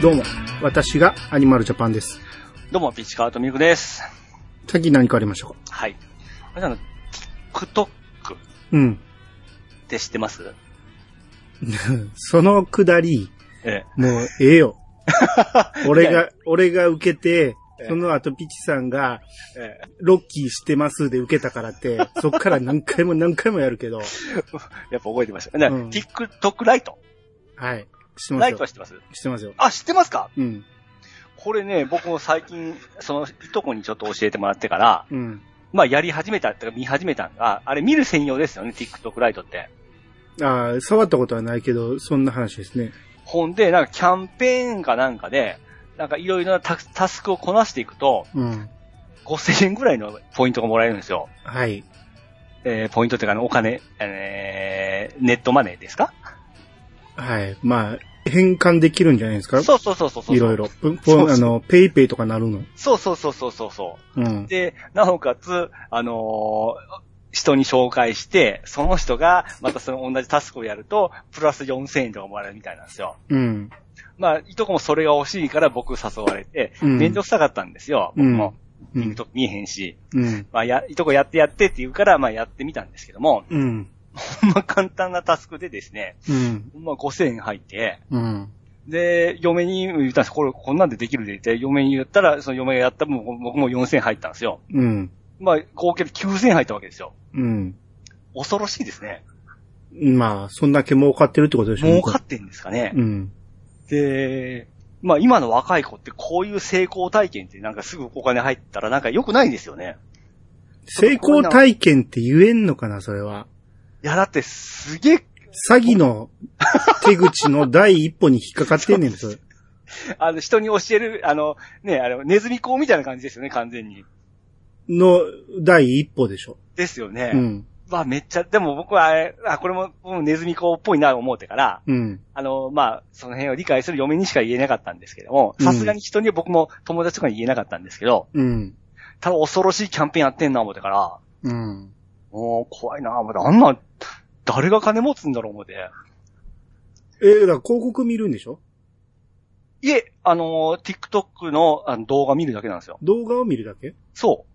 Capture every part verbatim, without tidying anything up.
どうも、私がアニマルジャパンです。 どうも、ピッチカートミルクです。 先何かありましょうか。 はい。あの、TikTok。 うん。 って知ってます？ そのくだり、 ええ、 もうええよ。俺が、俺が受けて、その後ピチさんが、ロッキーしてますで受けたからって、そっから何回も何回もやるけど。 やっぱ覚えてました。ね、うん、TikTok ライト。 はい。知ってますよ。 ライトは知ってます？ 知ってますよ。 あ、知ってますか？ うん。 これね、僕も最近、その、いとこにちょっと教えてもらってから、 うん。 まあ、やり始めたってか見始めたんが、あれ見る専用ですよね、TikTok ライトって。 ああ、触ったことはないけど、そんな話ですね。 ほんで、なんかキャンペーンかなんかで、なんかいろいろなタ, タスクをこなしていくと、 うん、 ごせんえんぐらいのポイントがもらえるんですよ。 はい。 えー、ポイントっていうか、お金、えー、ネットマネーですか？ はい。まあ、変換できるんじゃないですか？ そうそうそうそうそう。 いろいろ。そうそうあの、ペイペイとかなるの。 そうそうそうそうそう。 うん。 で、なおかつ、あのー、人に紹介して、その人がまたその同じタスクをやると、プラスよんせんえんとかもらえるみたいなんですよ。 うん。 まあ、いとこもそれが欲しいから僕誘われて、 うん、 めんどくさかったんですよ。僕も。 うん。 TikTok 見えへんし。 うん。 まあ、や、いとこやってやってって言うから、まあやってみたんですけども。 うん。 ほんま簡単なタスクでですね。 うん。 ほんまごせんえん入って、 うん。 で、嫁に言ったんです。これ、こんなんでできるで言って、嫁に言ったら、その嫁がやった分、僕もよんせんえん入ったんですよ。 うん。 まあ、合計できゅうせんえん入ったわけですよ。 うん。 恐ろしいですね。 まあ、そんだけ儲かってるってことでしょうね。 儲かってんですかね。 うん。 で、まあ今の若い子ってこういう成功体験ってなんかすぐお金入ったらなんか良くないんですよね。 成功体験って言えんのかな、それは。 いや、だってすげえ、 詐欺の手口の第一歩に引っかかってんねんですよ。 あの、人に教える、あの、ね、あの、ネズミ講みたいな感じですよね、完全に。 の第一歩でしょ。 ですよね。 うん。 わ、めっちゃ、でも僕はあれ、あ、これも、もうネズミ講っぽいなと思ってから、 うん。 あの、まあ、その辺を理解する嫁にしか言えなかったんですけども、さすがに人には僕も友達とかに言えなかったんですけど、 うん。 ただ恐ろしいキャンペーンやってんな思ってから、 うん。 もう怖いな思って、あんな、誰が金持つんだろう思って。 えー、だから広告見るんでしょ？ いえ、あの、TikTok の、あの動画見るだけなんですよ。 動画を見るだけ？ そう。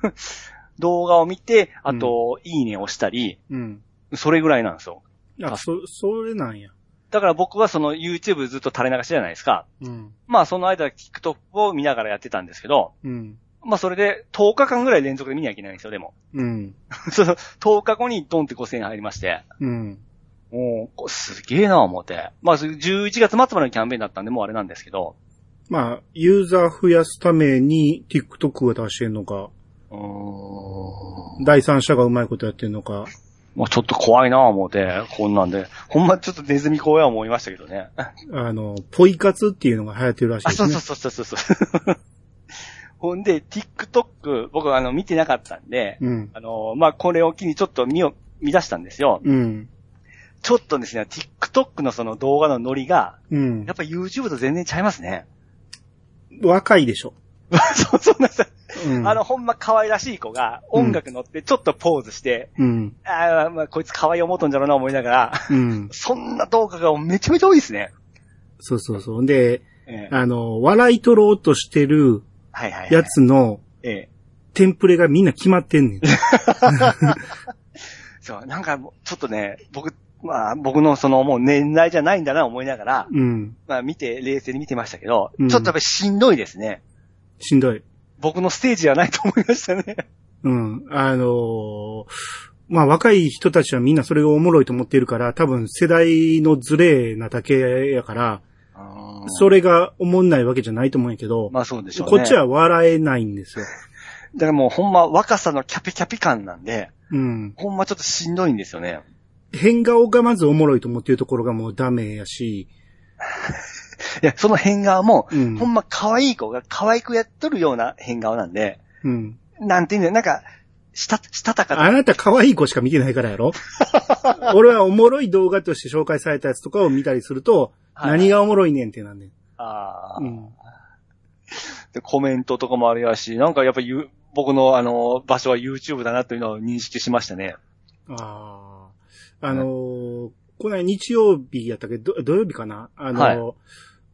動画を見て、あと、うん、いいねをしたり、 うん。 それぐらいなんですよ。 あ、そ、それなんや。 だから僕はその YouTube ずっと垂れ流しじゃないですか。 うん。 まあその間 TikTok を見ながらやってたんですけど、 うん。 まあそれでとおかかんぐらい連続で見なきゃいけないんですよ、でも。 うん。 そのとおかごにドンってごせんえん入りまして。 うん。 もう、すげえな思って。まあじゅういちがつ末までのキャンペーンだったんでもうあれなんですけど。 まあ、ユーザー増やすために TikTok を出してんのか。 うーん。 第三者がうまいことやってんのか。 まあちょっと怖いな思って、こんなんで。ほんまちょっとネズミ怖いは思いましたけどね。 あの、ポイ活っていうのが流行ってるらしいですね。 あ、そうそうそうそうそう。ほんで、TikTok、僕あの見てなかったんで、 うん、 あの、まあこれを機にちょっと見を、見出したんですよ。 うん。 ちょっとですね、TikTok のその動画のノリが、 うん。 やっぱ YouTube と全然ちゃいますね。 若いでしょ。 そう、そうなんです。 うん、 あの、ほんま可愛らしい子が音楽乗ってちょっとポーズして、 うん、 ああ、まあ、こいつ可愛い思うとんじゃろうな思いながら、 うん、 そんな動画がめちゃめちゃ多いですね。 そうそうそう。で、 ええ、 あの、笑い取ろうとしてるやつの、テンプレがみんな決まってんねん。 そう、なんかちょっとね、僕、まあ僕のそのもう年代じゃないんだな思いながら、 うん、 まあ見て、冷静に見てましたけど、 うん、 ちょっとやっぱりしんどいですね。 しんどい。 僕のステージじゃないと思いましたね。 うん。あのー、まあ若い人たちはみんなそれがおもろいと思っているから、多分世代のズレなだけやから、それがおもんないわけじゃないと思うんやけど、 まあそうでしょうね。 こっちは笑えないんですよ。 だからもうほんま若さのキャピキャピ感なんで、 うん。 ほんまちょっとしんどいんですよね。 変顔がまずおもろいと思っているところがもうダメやし、 いや、その変顔も、 うん、 ほんま可愛い子が可愛くやっとるような変顔なんで、 うん。 なんていうんだよ、なんか、した、したたかあなた可愛い子しか見てないからやろ俺はおもろい動画として紹介されたやつとかを見たりすると、はい、何がおもろいねんってなんねん。 ああ、 うん。 で、コメントとかもあれやし、なんかやっぱり僕のあの、場所は YouTube だなというのを認識しましたね。 ああ。あのー、この日曜日やったっけど、土曜日かなあの、はい、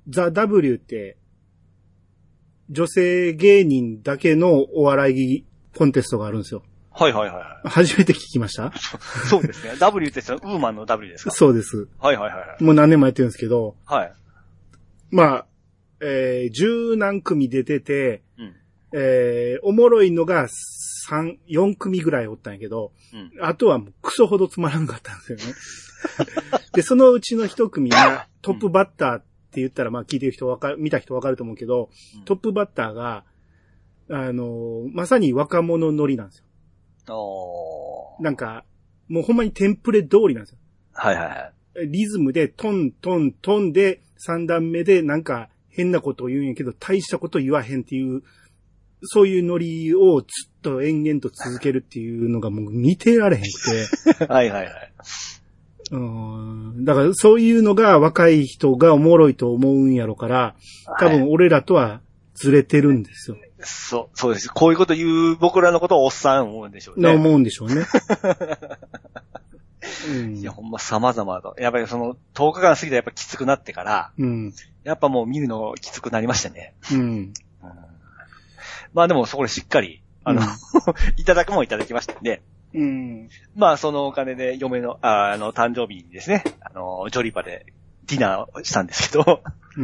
ザ・ W って、女性芸人だけのお笑いコンテストがあるんですよ。 はいはいはい。 初めて聞きました？ そうですね。W ってそのウーマンの W ですか？ そうです。 はいはいはい。 もう何年もやってるんですけど。 はい。 まあ、えー、十何組出てて、 うん、 えー、おもろいのが三、四組ぐらいおったんやけど、うん、あとはもうクソほどつまらんかったんですよね。で、そのうちの一組がトップバッターって言ったら、まあ聞いてる人わかる、見た人わかると思うけど、うん、トップバッターが、あのー、まさに若者乗りなんですよ。なんか、もうほんまにテンプレ通りなんですよ。 はいはいはい。 リズムでトントントンで三段目でなんか変なことを言うんやけど大したこと言わへんっていう、そういうノリをずっと延々と続けるっていうのがもう見てられへんくて。 はいはいはい。 うん、だからそういうのが若い人がおもろいと思うんやろから、多分俺らとはずれてるんですよ。 そう、そうです。こういうこと言う僕らのことをおっさん思うんでしょうね。 思うんでしょうね。 うん、いや、ほんま様々と。やっぱりその、とおかかん過ぎたらやっぱきつくなってから、 うん、 やっぱもう見るのきつくなりましたね。 うん。うん、 まあでもそこでしっかり、あの、うん、いただくもいただきましたんで、 うん、 まあそのお金で嫁の、あ, あの、誕生日にですね、あの、ジョリパでディナーをしたんですけど、 うん、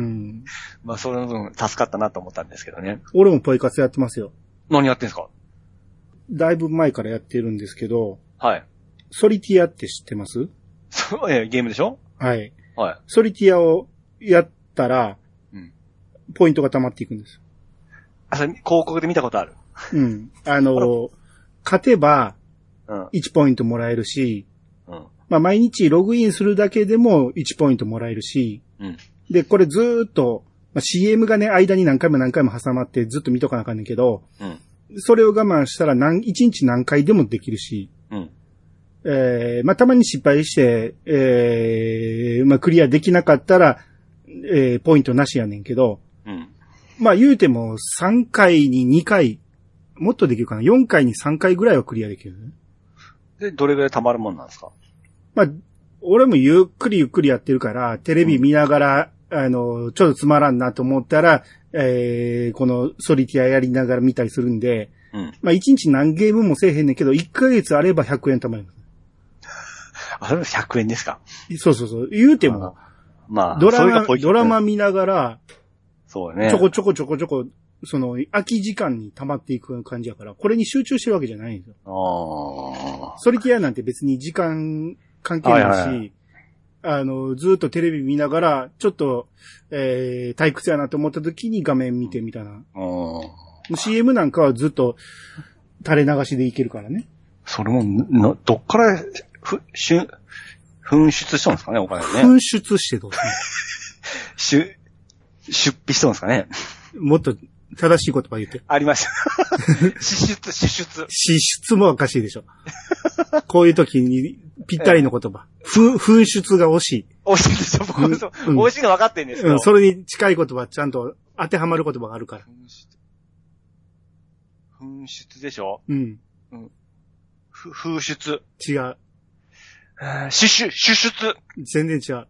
まあその分助かったなと思ったんですけどね。 俺もポイ活やってますよ。 何やってんすか？ だいぶ前からやってるんですけど、 はい。 ソリティアって知ってます？ そう、え、ゲームでしょ？ はい。 はい。 ソリティアをやったら、うん、ポイントが溜まっていくんです。 あ、それ広告で見たことある。 うん。あの、勝てば、 うん、 いちポイントもらえるし、 うん、 まあ毎日ログインするだけでもいちポイントもらえるし、 うん、 で、これずーっと、まあ、シーエム がね、間に何回も何回も挟まってずっと見とかなあかんねんけど、 うん、 それを我慢したら何、いちにち何回でもできるし、 うん、 えー、まあ、たまに失敗して、えー、まあ、クリアできなかったら、えー、ポイントなしやねんけど、 うん、 まあ、言うてもさんかいににかい、もっとできるかな ?よん 回にさんかいぐらいはクリアできるね。 で、どれぐらい溜まるもんなんですか？ まあ、俺もゆっくりゆっくりやってるから、テレビ見ながら、うん、あの、ちょっとつまらんなと思ったら、えー、このソリティアやりながら見たりするんで、 うん、 まあ、いちにち何ゲームもせえへんねんけど、いっかげつあればひゃくえん貯まります。 あ、それひゃくえんですか？ そうそうそう。言うても、 まあ、 ドラマ、ドラマ見ながら、 そうね。 ちょこちょこちょこちょこ、その、空き時間に溜まっていく感じやから、これに集中してるわけじゃないんですよ。 ああ。 ソリティアなんて別に時間関係ないし、はいはいはい、あの、ずっとテレビ見ながら、ちょっと、えー、退屈やなと思った時に画面見てみたいな。シーエム なんかはずっと垂れ流しでいけるからね。 それも、な、どっから、ふ、しゅ、紛失したんですかね、お金ね。 紛失してどうすね。出、出費したんですかね。 もっと正しい言葉言って。 ありました。支出、支出。 支出もおかしいでしょ。こういう時にぴったりの言葉。ふ、紛失が惜しい。 惜しいでしょ、僕もそう。うん、惜しいの分かってんですけど。 うん、それに近い言葉、ちゃんと当てはまる言葉があるから。 紛失。紛失でしょ？ うん。 うん。ふ、風出。 違う。 支出、支出。 全然違う。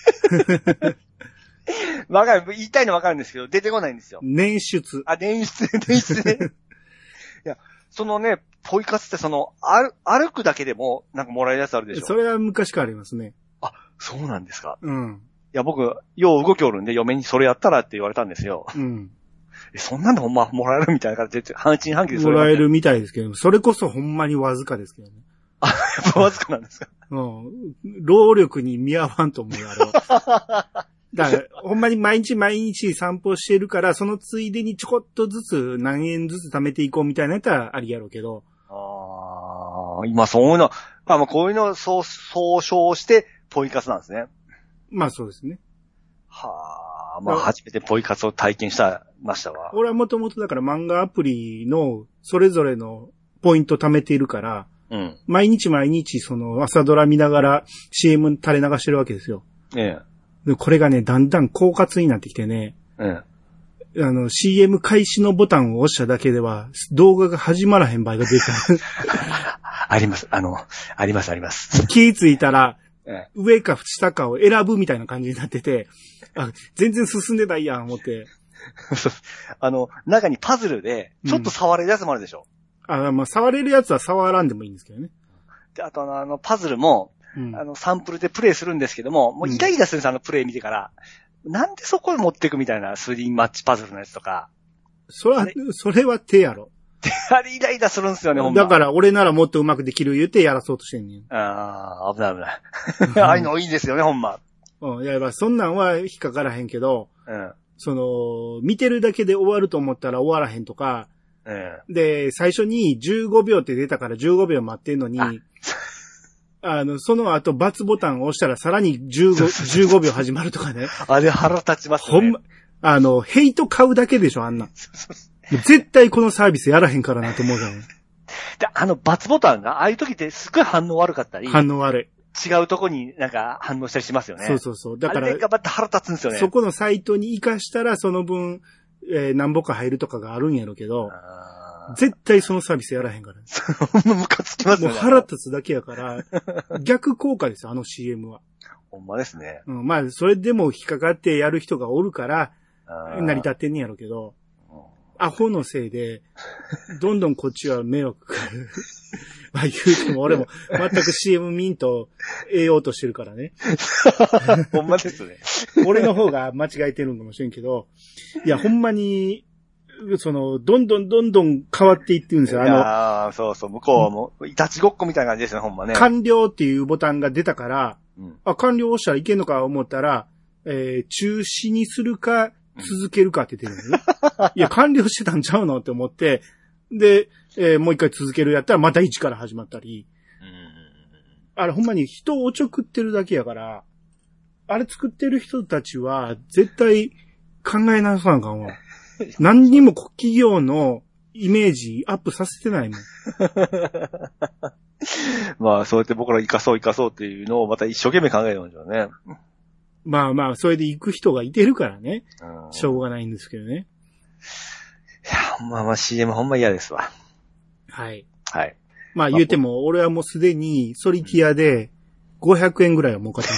わかる。言いたいのわかるんですけど、出てこないんですよ。 捻出。 あ、捻出、捻出ね。いや、そのね、ポイ活ってその、歩、歩くだけでも、なんかもらえるやつあるでしょ。 それは昔からありますね。 あ、そうなんですか。 うん。 いや、僕、よう動きおるんで、嫁にそれやったらって言われたんですよ。 うん。 え、そんなんでほんまもらえるみたいな感じで、半信半疑でそれもらえるみたいですけど、それこそほんまにわずかですけどね。 あ、やっぱわずかなんですか。 うん。労力に見合わんと思うよ、あれは。だから、ほんまに毎日毎日散歩してるから、そのついでにちょこっとずつ何円ずつ貯めていこうみたいなやったらありやろうけど。 ああ、今そういうの、あ、まあこういうのを総、総称して、ポイ活なんですね。 まあそうですね。 はあ、まあ初めてポイ活を体験したましたわ。 俺はもともとだから漫画アプリのそれぞれのポイント貯めているから、 うん、 毎日毎日その朝ドラ見ながら シーエム 垂れ流してるわけですよ。 ええ。 でこれがね、だんだん狡猾になってきてね、 ええ、あの シーエム 開始のボタンを押しただけでは動画が始まらへん場合が出てる。 あります。あの、ありますあります。 気ぃついたら、 上か下かを選ぶみたいな感じになってて、あ、全然進んでないやん、思って。 あの、中にパズルで、ちょっと触れるやつもあるでしょ。 うん、あ、まあ、触れるやつは触らんでもいいんですけどね。 で、あとあの、パズルも、うん、あの、サンプルでプレイするんですけども、もうイライラするんです、あのプレイ見てから。なんでそこに持っていくみたいな スリー マッチパズルのやつとか。 それは、それは手やろ。 あれイライラするんですよね、ほんま。 だから俺ならもっと上手くできる言うてやらそうとしてんねん。 ああ、危ない危ない。ああいうのいいですよね、ほんま。 うん、いや、そんなんは引っかからへんけど、 うん。 その、見てるだけで終わると思ったら終わらへんとか、うん。で、最初にじゅうごびょうって出たからじゅうごびょう待ってんのに、あ, あの、その後×ボタンを押したらさらにじゅうご、じゅうごびょう始まるとかね。 あれ腹立ちますね。 ほんま、あの、ヘイト買うだけでしょ、あんな。絶対このサービスやらへんからなと思うじゃん。 で、あの×ボタンが、ああいう時ってすっごい反応悪かったり。 反応悪い。違うとこになんか反応したりしますよね。 そうそうそう。だから、 あれがまた腹立つんですよね。 そこのサイトに活かしたらその分、えー、何ぼか入るとかがあるんやろうけど、絶対そのサービスやらへんから、ね。 ムカつきますよね。 もう腹立つだけやから、逆効果ですよ、あの シーエム は。 ほんまですね。 うん、まあ、それでも引っかかってやる人がおるから、成り立ってんねやろうけど、アホのせいで、どんどんこっちは迷惑かかる。まあ言うても俺も全く シーエム 見んと得ようとしてるからね。 ほんまですね。 俺の方が間違えてるんかもしれんけど、いやほんまに、その、どんどんどんどん変わっていってるんですよ。あの、 ああ、そうそう、向こうはもう、いたちごっこみたいな感じですね、ほんまね。 完了っていうボタンが出たから、うん、あ、完了押したらいけんのか思ったら、えー、中止にするか、続けるかって言ってるんだよね。いや、完了してたんちゃうのって思って、で、えー、もう一回続けるやったらまた一から始まったり。うん、あれほんまに人をおちょくってるだけやから、あれ作ってる人たちは絶対考えなさなあかんわ。何にも企業のイメージアップさせてないもん。 まあ、そうやって僕ら生かそう生かそうっていうのをまた一生懸命考えるんでしょうね。 まあまあ、それで行く人がいてるからね。しょうがないんですけどね。 いや、まあまあ シーエム ほんま嫌ですわ。 はい。 はい。 まあ言うても、俺はもうすでにソリティアでごひゃくえんぐらいは儲かってます。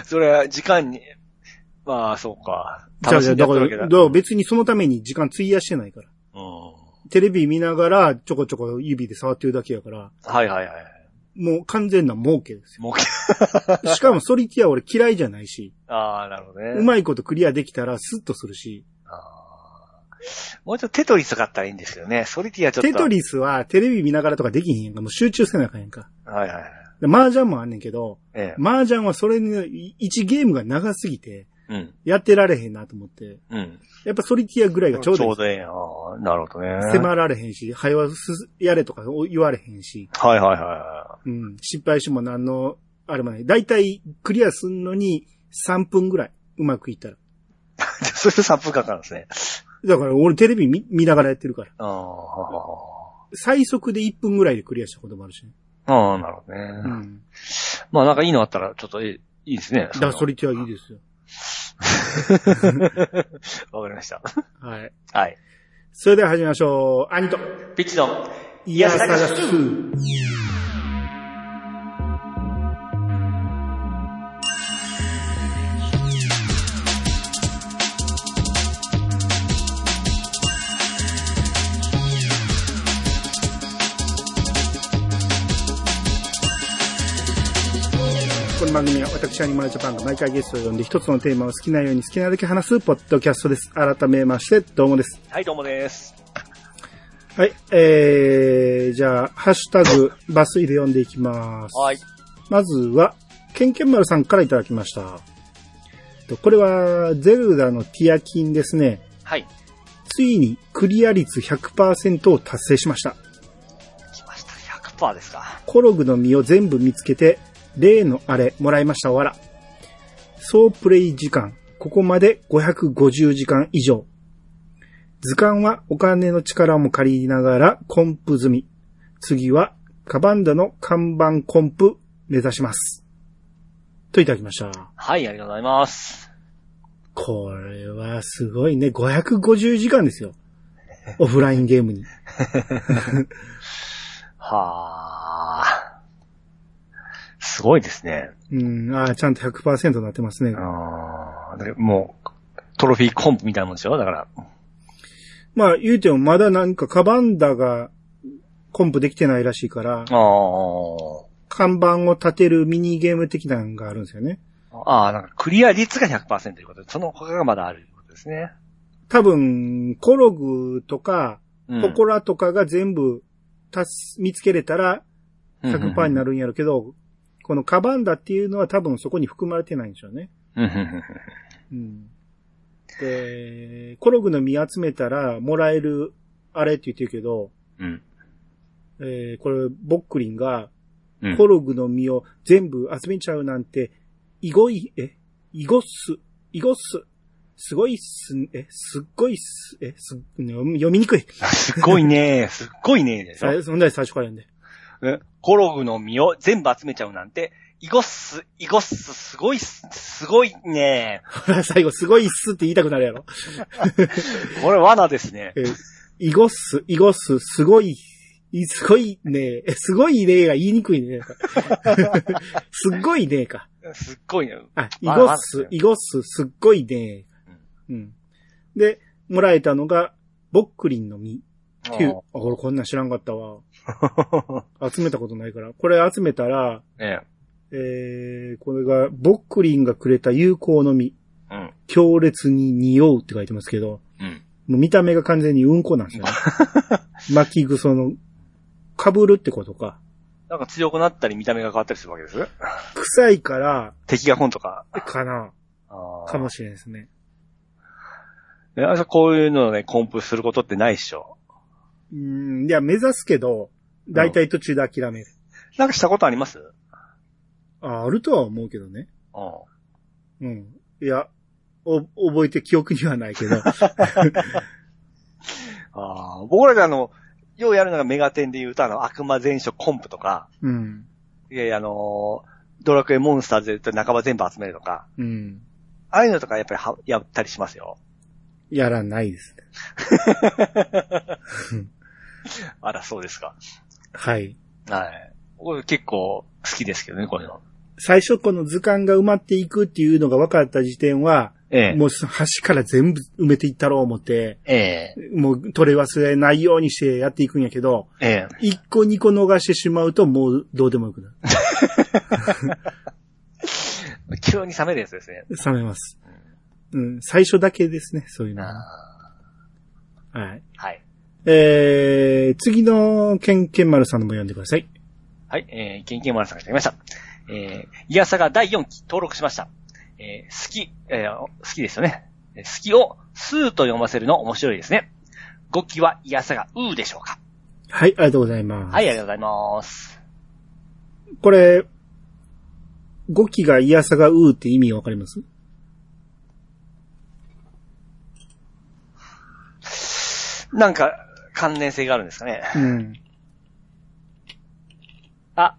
それは時間に、まあそうか。 じゃあじゃあ、だから、だから別にそのために時間費やしてないから。うん。テレビ見ながらちょこちょこ指で触ってるだけやから。 はいはいはい。 もう完全な儲けですよ。儲け。しかもソリティア俺嫌いじゃないし。 ああ、なるほどね。 うまいことクリアできたらスッとするし。ああ。もうちょっとテトリス買ったらいいんですけどね。ソリティアちょっと。 テトリスはテレビ見ながらとかできへんやんか。もう集中せなあかんやんか。 はいはいはい。 麻雀もあんねんけど、 ええ、 麻雀はそれに、いちゲームが長すぎて、うん、やってられへんなと思って、 うん、 やっぱソリティアぐらいがちょうどいい。 ちょうどええやん。なるほどね。 迫られへんし、早わすやれとか言われへんし。 はいはいはい。 うん、失敗しても何の、あれもない。だいたいクリアすんのにさんぷんぐらい、うまくいったら。 それでさんぷんかかるんですね。 だから俺テレビ 見, 見ながらやってるから。 あ最速でいっぷんぐらいでクリアしたこともあるしね。 ああ、なるほどね。うん。まあなんかいいのあったらちょっといいですね。 だからソリティアいいですよ。 わかりました。 はい。 はい。 それでは始めましょう。アニとピッチのイヤサガス。この番組は私アニマルジャパンが毎回ゲストを呼んで一つのテーマを好きなように好きなだけ話すポッドキャストです。改めましてどうもです。 はい、どうもです。 はい、えー、じゃあハッシュタグバス入で読んでいきます。 はい。 まずはケンケンマルさんからいただきました。これはゼルダのティアキンですね。 はい。 ついにクリア率 ひゃくパーセント を達成しました。 来ました。ひゃくパーセント ですか。 コログの実を全部見つけて例のあれもらいましたわら。総プレイ時間、ここまでごひゃくごじゅうじかん以上。図鑑はお金の力も借りながらコンプ済み。次はカバンダの看板コンプ目指します。といただきました。 はい、ありがとうございます。 これはすごいね。ごひゃくごじゅうじかんですよ。オフラインゲームに。 はあ。 すごいですね。 うん、ああ、ちゃんと ひゃくパーセント になってますね。 ああ、もう、トロフィーコンプみたいなもんでしょだから。 まあ、言うてもまだなんかカバンダがコンプできてないらしいから、あ看板を立てるミニゲーム的なのがあるんですよね。 ああ、なんかクリア率が ひゃくパーセント ということで、その他がまだあるということですね。 多分、コログとか、ポコラとかが全部たす見つけれたら ひゃくパーセント になるんやろうけど、このカバンダっていうのは多分そこに含まれてないんでしょうね。うん、で、コログの実集めたらもらえるあれって言ってるけど、うんえー、これボックリンがコログの実を全部集めちゃうなんて、いごい、え、いごっす、いごっす。すごいっす、え、すっごいっす、え、す、読みにくい。 すっごいねすっごいねですよ。 そんなに最初から読んで。 え、コログの実を全部集めちゃうなんて、いごっす、いごっす、すごいっす、すごいね最後、すごいっすって言いたくなるやろ。 これ罠ですね。 え、いごっす、いごっす、すごい、すごいねえ、すごいねえが言いにくいね。すっごいねえか。 すっごいね。 あ、いごっす、いごっす、すっごいねえ。うん。で、もらえたのが、ボックリンの実。っていう。あ、俺こんなん知らんかったわ。集めたことないから。これ集めたら、えええー、これが、ボックリンがくれた有効の実。うん。強烈に匂うって書いてますけど、うん。もう見た目が完全にうんこなんですよね。巻きぐその、被るってことか。 なんか強くなったり見た目が変わったりするわけです。 臭いから、 敵が本とか。 かな。あかもしれないですね。 え、あ、こういうのをね、コンプすることってないっしょ。 うーん、いや、目指すけど、だいたい途中で諦める。 うん、なんかしたことあります？ あ、あるとは思うけどね。うん。うん。いや、お、覚えて記憶にはないけど。 あ僕らであの、ようやるのがメガテンで言うとあの、悪魔全書コンプとか。うん。いやいや、あのー、ドラクエモンスターズで言うと仲間全部集めるとか。うん。ああいうのとかやっぱりは、やったりしますよ。 やらないですね。 あら、そうですか。 はい。 はい。これ結構好きですけどね、こういうの。 最初この図鑑が埋まっていくっていうのが分かった時点は、ええ、もう端から全部埋めていったろう思って、ええ、もう取れ忘れないようにしてやっていくんやけど、ええ、いっこにこ逃してしまうともうどうでもよくなる。 急に冷めるやつですね。 冷めます。うん、最初だけですね、そういうのは。はい。はい。えー、次のケンケンマルさんのも読んでください。 はい、えー、ケンケンマルさんが来てました。えー、イヤサがだいよんき登録しました。えー、好き、えー、好きですよね。好きをスーと読ませるの面白いですね。ごきはイヤサがうーでしょうか。 はい、ありがとうございます。 はい、ありがとうございます。 これ、ごきがイヤサがうーって意味わかります？ なんか、関連性があるんですかね。うん。あ。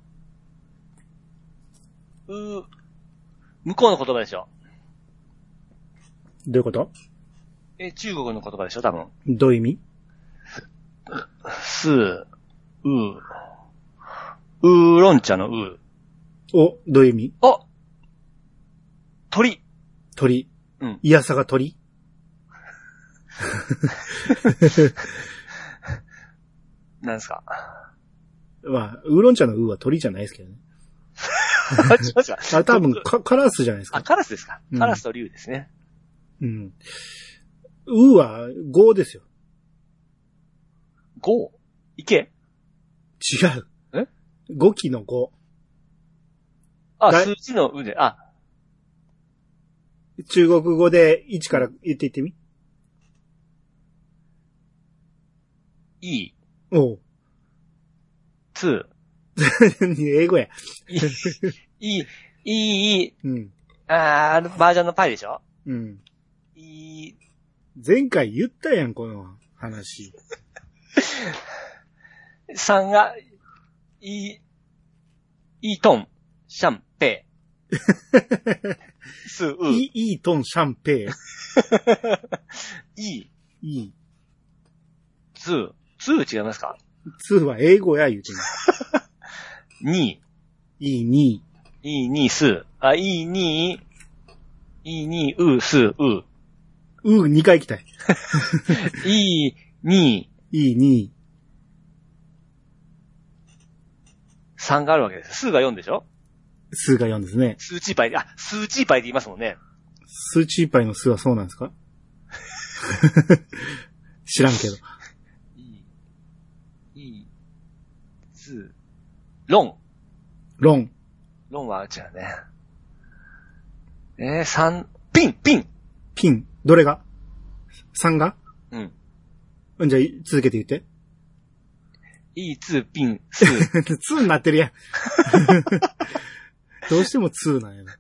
うー、向こうの言葉でしょ。 どういうこと？ え、中国の言葉でしょ、多分。 どういう意味？ すー、うー、ウーロン茶のうー。 お、どういう意味？ お鳥。 鳥。うん。いやさが鳥？ なんですか。 まあ、ウーロン茶のウーは鳥じゃないですけどね。あ、多分カ、カラスじゃないですか。 あ、カラスですか。カラスと竜ですね。 うん。ウーはゴーですよ。 ゴー？いけ？ 違う。え？ごきのご。 あ、数字のうで、あ。 中国語でいちから言っていってみ。 いい。 おう。 つ。 英語や。 いい、いい、いい、うん。あー、バージョンのパイでしょ？うん。いい。 前回言ったやん、この話。 さんが、いい、いいトン、シャンペー。す、う。 いい、いいトン、シャンペー。 いい。 いい。 つー。つー違いますか？ つーは英語や言うてんの。 に。 いいに。 いに、す。あ、いに、いに、う、す、う。 う、にかい来たい。 いに、 いに、 さんがあるわけです。数がよんでしょ？ 数がよんですね。 数値パイ、あ、数値パイって言いますもんね。 数値パイの数はそうなんですか？知らんけど。 い、い、す、ロン。 ロン。 ロンは違うね。えー、さん、ピン、ピン。 ピン。どれが ?さん がうん。 じゃあ、続けて言って。 い、つ、ピン、す。 ツーになってるやん。どうしてもツーなんやな。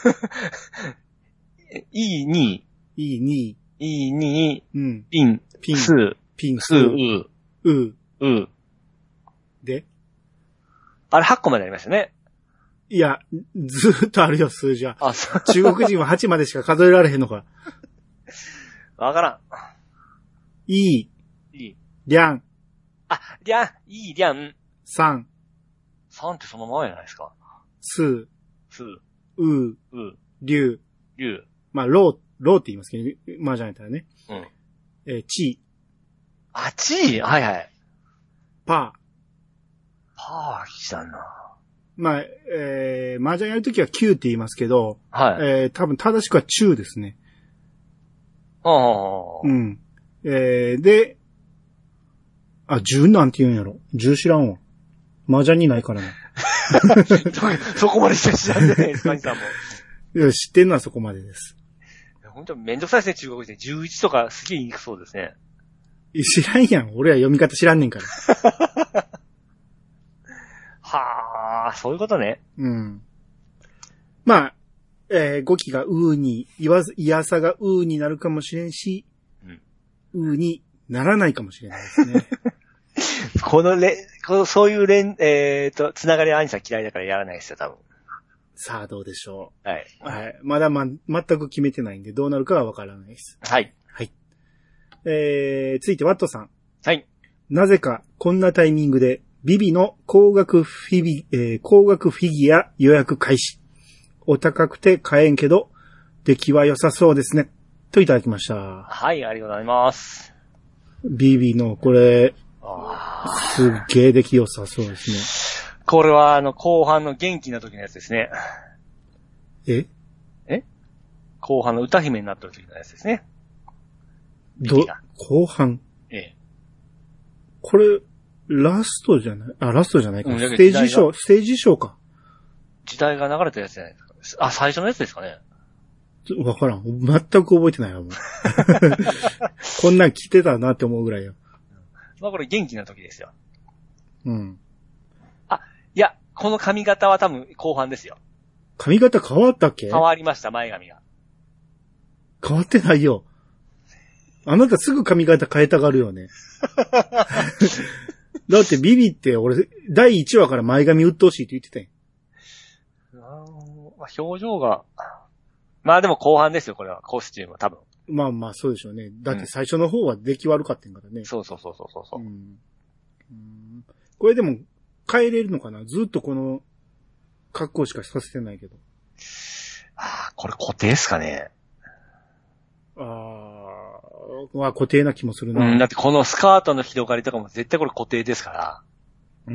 い、に、 い、に、 い、に、 うん、 ピン、 ピン、 す、 ピン、 す、う、 う、 う。 であれはち個までありましたね。 いや、ずーっとあるよ、数字は。 あ、そう。 中国人ははちまでしか数えられへんのか。 わからん。 い、 いい。 りゃん、 あ、りゃん、いいりゃん。 さん、 さんってそのままじゃないですか。 す、 す、 う、 う、 りゅう。 りゅう。 まあ、ろう、ろうって言いますけど、まあじゃないたらね。 うん。 えー、ち、 あ、ちはいはい。 パパー来たな。 ー。まあ、えー、麻雀やるときはきゅうって言いますけど、 はい。 えー、多分正しくは中ですね。 ああ。 うん。えー、で、あ、じゅうなんて言うんやろ。じゅう知らんわ。麻雀にないからね。 そこまでしか知らんじゃないですか、兄さんも。 いや、知ってんのはそこまでです。 本当めんどくさいですね、中国人で。じゅういちとかすげえ言いにくそうですね。 知らんやん。俺は読み方知らんねんから。 はあ、そういうことね。 うん。まあ、えー、語気がうーに、言わず、いやさがうーになるかもしれんし、うん、うーにならないかもしれないですね。 このれ、この、そういう連、えっ、ー、と、つながりは兄さん嫌いだからやらないですよ、多分。 さあ、どうでしょう。はい。 はい。まだま、全く決めてないんで、どうなるかはわからないです。 はい。 はい。えー、続いてワットさん。 はい。 なぜか、こんなタイミングで、ビビの高額フィビ、えー、高額フィギュア予約開始。お高くて買えんけど、出来は良さそうですね。といただきました。 はい、ありがとうございます。 ビビの、これ、すっげー出来良さそうですね。 これは、あの、後半の元気な時のやつですね。 ええ後半の歌姫になった時のやつですね。 ど、後半ええ。 これ、ラストじゃないあ、ラストじゃないか。 うん、 ステージショー、ステージショーか。 時代が流れたやつじゃないですか。あ、最初のやつですかね。 わからん。全く覚えてないわ、もう。こんなん着てたなって思うぐらいよ。 まあこれ元気な時ですよ。 うん。 あ、いや、この髪型は多分後半ですよ。 髪型変わったっけ？ 変わりました、前髪が。 変わってないよ。あなたすぐ髪型変えたがるよね。だってビビって俺、だいいちわから前髪鬱陶しいって言ってたんや。 あまあ、表情が、まあでも後半ですよ、これは。コスチュームは多分。 まあまあそうでしょうね。だって最初の方は出来悪かったんからね。 うん、そうそうそうそうそう、うんうん。これでも変えれるのかな？ずっとこの格好しかさせてないけど。 ああ、これ固定ですかね。 ああ、は固定な気もするな。 うん、だってこのスカートの広がりとかも絶対これ固定ですから。 うん。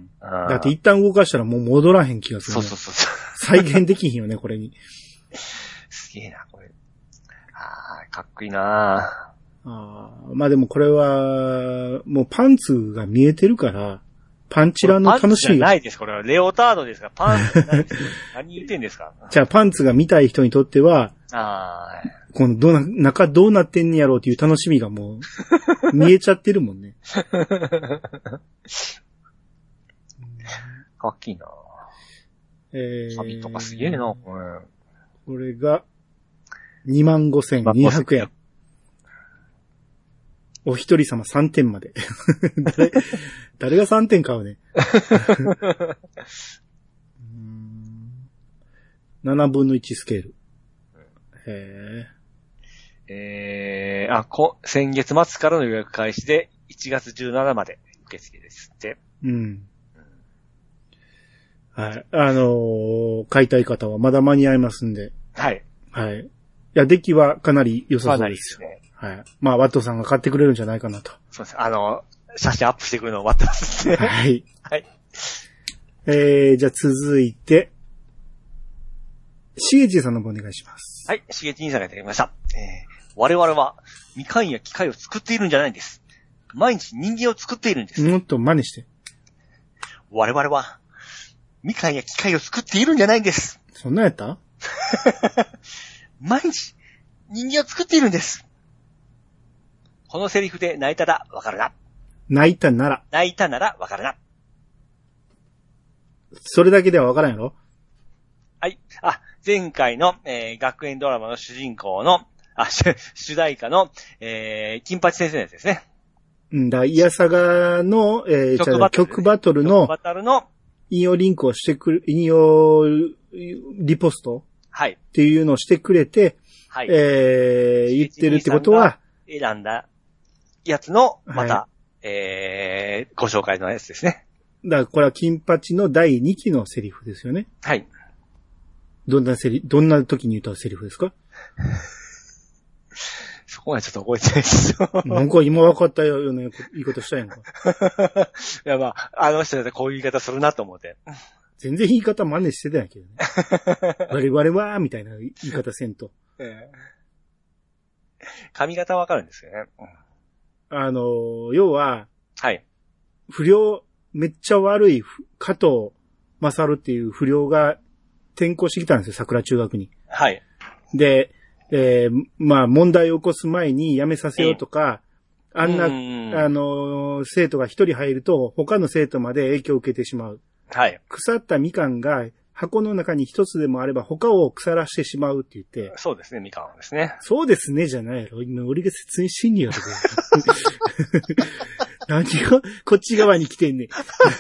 だって一旦動かしたらもう戻らへん気がする、ね。 そうそうそう。 再現できひんよね、これに。 すげえな、これ。ああ、かっこいいなああ。まあでもこれは、もうパンツが見えてるから、パンチラの楽しみ。パンツじゃないです、これは。レオタードですから、パンツじゃないです。何言ってんですか。 じゃあパンツが見たい人にとっては、 あこのどうな、中どうなってんねやろうっていう楽しみがもう、見えちゃってるもんね。 かっきいなえー、 紙とかすげえな、これ。 これが、にまんごせんにひゃくえん。お一人様さんてんまで。誰、誰がさんてん買うね。ななぶんのいちスケール。へえ。えー、あ、こ、先月末からの予約開始で、いちがつじゅうしちにちまで受付ですって。 うん。 はい。あのー、買いたい方はまだ間に合いますんで。 はい。 はい。いや、出来はかなり良さそうです。かなりですね。 はい。まあ、ワットさんが買ってくれるんじゃないかなと。 そうです。あの、写真アップしてくるのを待ってますね。 はい。 はい。 えー、じゃあ続いて、しげちさんの方お願いします。 はい。しげち兄さんがいただきました。えー、我々は、みかんや機械を作っているんじゃないんです。毎日人間を作っているんです。 もっと真似して。 我々は、みかんや機械を作っているんじゃないんです。 そんなんやった毎日、人間を作っているんです。このセリフで泣いたらわかるな。 泣いたなら。 泣いたならわかるな。 それだけではわからんやろ？ はい。あ、前回の、えー、学園ドラマの主人公の、あ、主題歌の、えー、金八先生のやつですね。 うんだ、イヤサガの、えー、曲バトル、ね、曲バトルの、曲バトルの、引用リンクをしてくる、引用リポストはい。っていうのをしてくれて、はい。えー、言ってるってことは、 選んだやつの、また、はい、えー、ご紹介のやつですね。 だからこれは金八のだいにきのセリフですよね。はい。どんなセリ、どんな時に歌うセリフですか？ そこはちょっと覚えてないです。 なんか今分かったような言い方したやんか。 いやまあ、あの人だってこういう言い方するなと思って。 全然言い方真似してたんやけどね。我々はみたいな言い方せんと。ええ、髪型わかるんですよね。 うん、あの、要は、はい。不良、めっちゃ悪い加藤勝っていう不良が転校してきたんですよ、桜中学に。はい。で、えー、まあ問題を起こす前に辞めさせようとか、あんな、あのー、生徒が一人入ると他の生徒まで影響を受けてしまう。はい。腐ったみかんが箱の中に一つでもあれば他を腐らしてしまうって言って。 そうですね、みかんですね。 そうですね、じゃないやろ。今俺が説明しんにやろ。何がこっち側に来てんねん。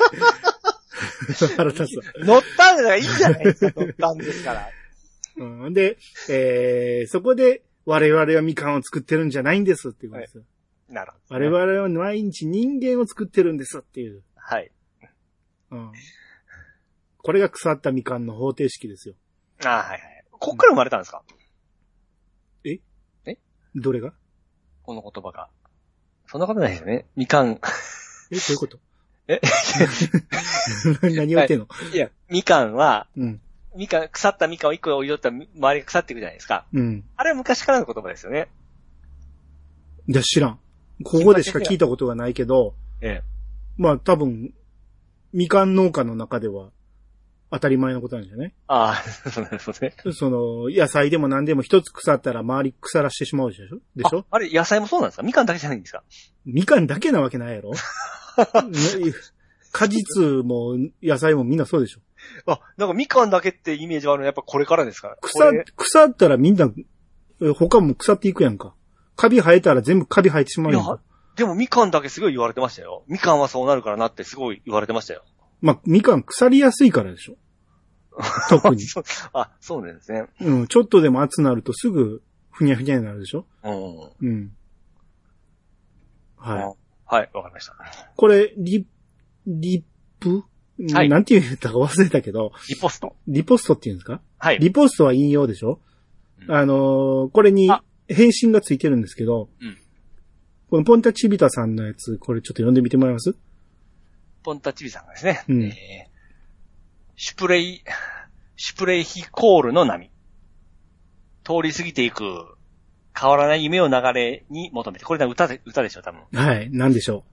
腹立つわ。 乗ったんだからいいじゃないですか、乗ったんですから。 うん、で、えー、そこで我々はみかんを作ってるんじゃないんですっていうことですよ。はい、なるほど、ね。我々は毎日人間を作ってるんですっていう。はい。うん。これが腐ったみかんの方程式ですよ。 ああ、はいはい。こっから生まれたんですか？ ええどれが？ この言葉が。そんなことないですよね。みかん。 え、どういうこと？ え何を言ってんの？ いや、みかんは、うん。みかん、腐ったみかんを一個置いとったら周りが腐っていくじゃないですか。うん。あれは昔からの言葉ですよね。 いや、知らん。ここでしか聞いたことがないけど、ええ。まあ多分、みかん農家の中では当たり前のことなんじゃない？ああ、そうなんですね。その、野菜でも何でも一つ腐ったら周り腐らしてしまうでしょ？でしょ？ あ, あれ、野菜もそうなんですか？みかんだけじゃないんですか？ みかんだけなわけないやろ？果実も野菜もみんなそうでしょ？ あ、なんかみかんだけってイメージはあるのはやっぱこれからですから。 腐、腐ったらみんな、他も腐っていくやんか。カビ生えたら全部カビ生えてしまうやんか。いや、 でもみかんだけすごい言われてましたよ。みかんはそうなるからなってすごい言われてましたよ。 まあ、みかん腐りやすいからでしょ。特に。 あ、そうなんですね。 うん、ちょっとでも熱なるとすぐふにゃふにゃになるでしょ。うん。うん。 はい。はい、わかりました。 これ、リ、リップはい。なんて言ったか忘れたけど。 リポスト。 リポストって言うんですか？ はい。 リポストは引用でしょ？うん、あのー、これに返信がついてるんですけど、うん、このポンタチビタさんのやつ、これちょっと読んでみてもらえます？ ポンタチビさんがですね、うん、えー、シュプレイ、シュプレイヒコールの波。通り過ぎていく、変わらない夢を流れに求めて。これは歌で、歌でしょ、多分。 はい、なんでしょう。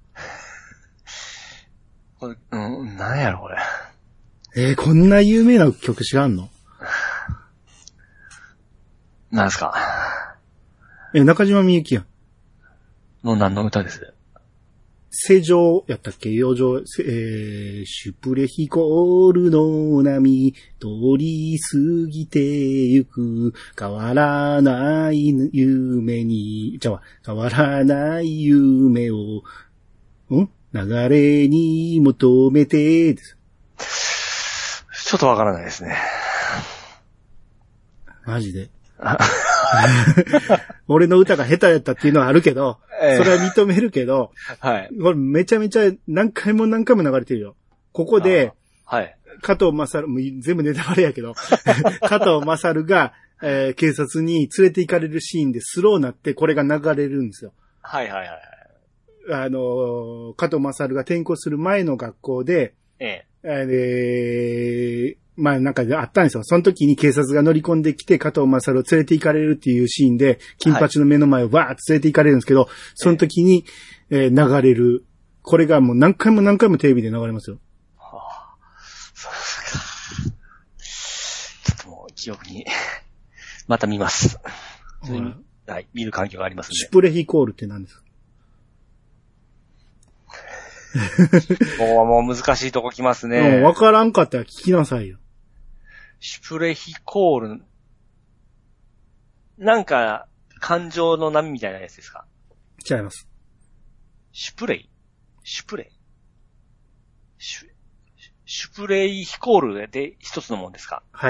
これ、うん、なんやろ、これ。 えー、こんな有名な曲知らんの？ なんすか？ え、中島みゆきやん。 の何の歌です？ 世上やったっけ？洋上、えー、シュプレヒコールの波、通り過ぎてゆく、変わらない夢に、じゃあ、変わらない夢を、ん？流れに求めてです。 ちょっとわからないですね。 マジで。俺の歌が下手やったっていうのはあるけど、ええ、それは認めるけど、はい。これめちゃめちゃ何回も何回も流れてるよ。ここで、はい。 加藤勝、もう全部ネタバレやけど、加藤勝が、えー、警察に連れて行かれるシーンでスローになってこれが流れるんですよ。 はいはいはい。 あのー、加藤勝が転校する前の学校で、 ええ。 えー、まあなんかあったんですよ。その時に警察が乗り込んできて加藤勝を連れて行かれるっていうシーンで、金八の目の前をバーッと連れて行かれるんですけど、はい、その時に、えー、流れる。これがもう何回も何回もテレビで流れますよ。はあ、 そうですか。ちょっともう記憶に、また見ます。うん、はい、見る環境がありますんで。 シュプレヒコールって何ですか？ もう、もう難しいとこ来ますね。 もう分からんかったら聞きなさいよ。 シュプレヒコール、なんか、感情の波みたいなやつですか？ 違います。 シュプレイシュプレイシュ、シュプレイヒコールで一つのもんですか？ はい。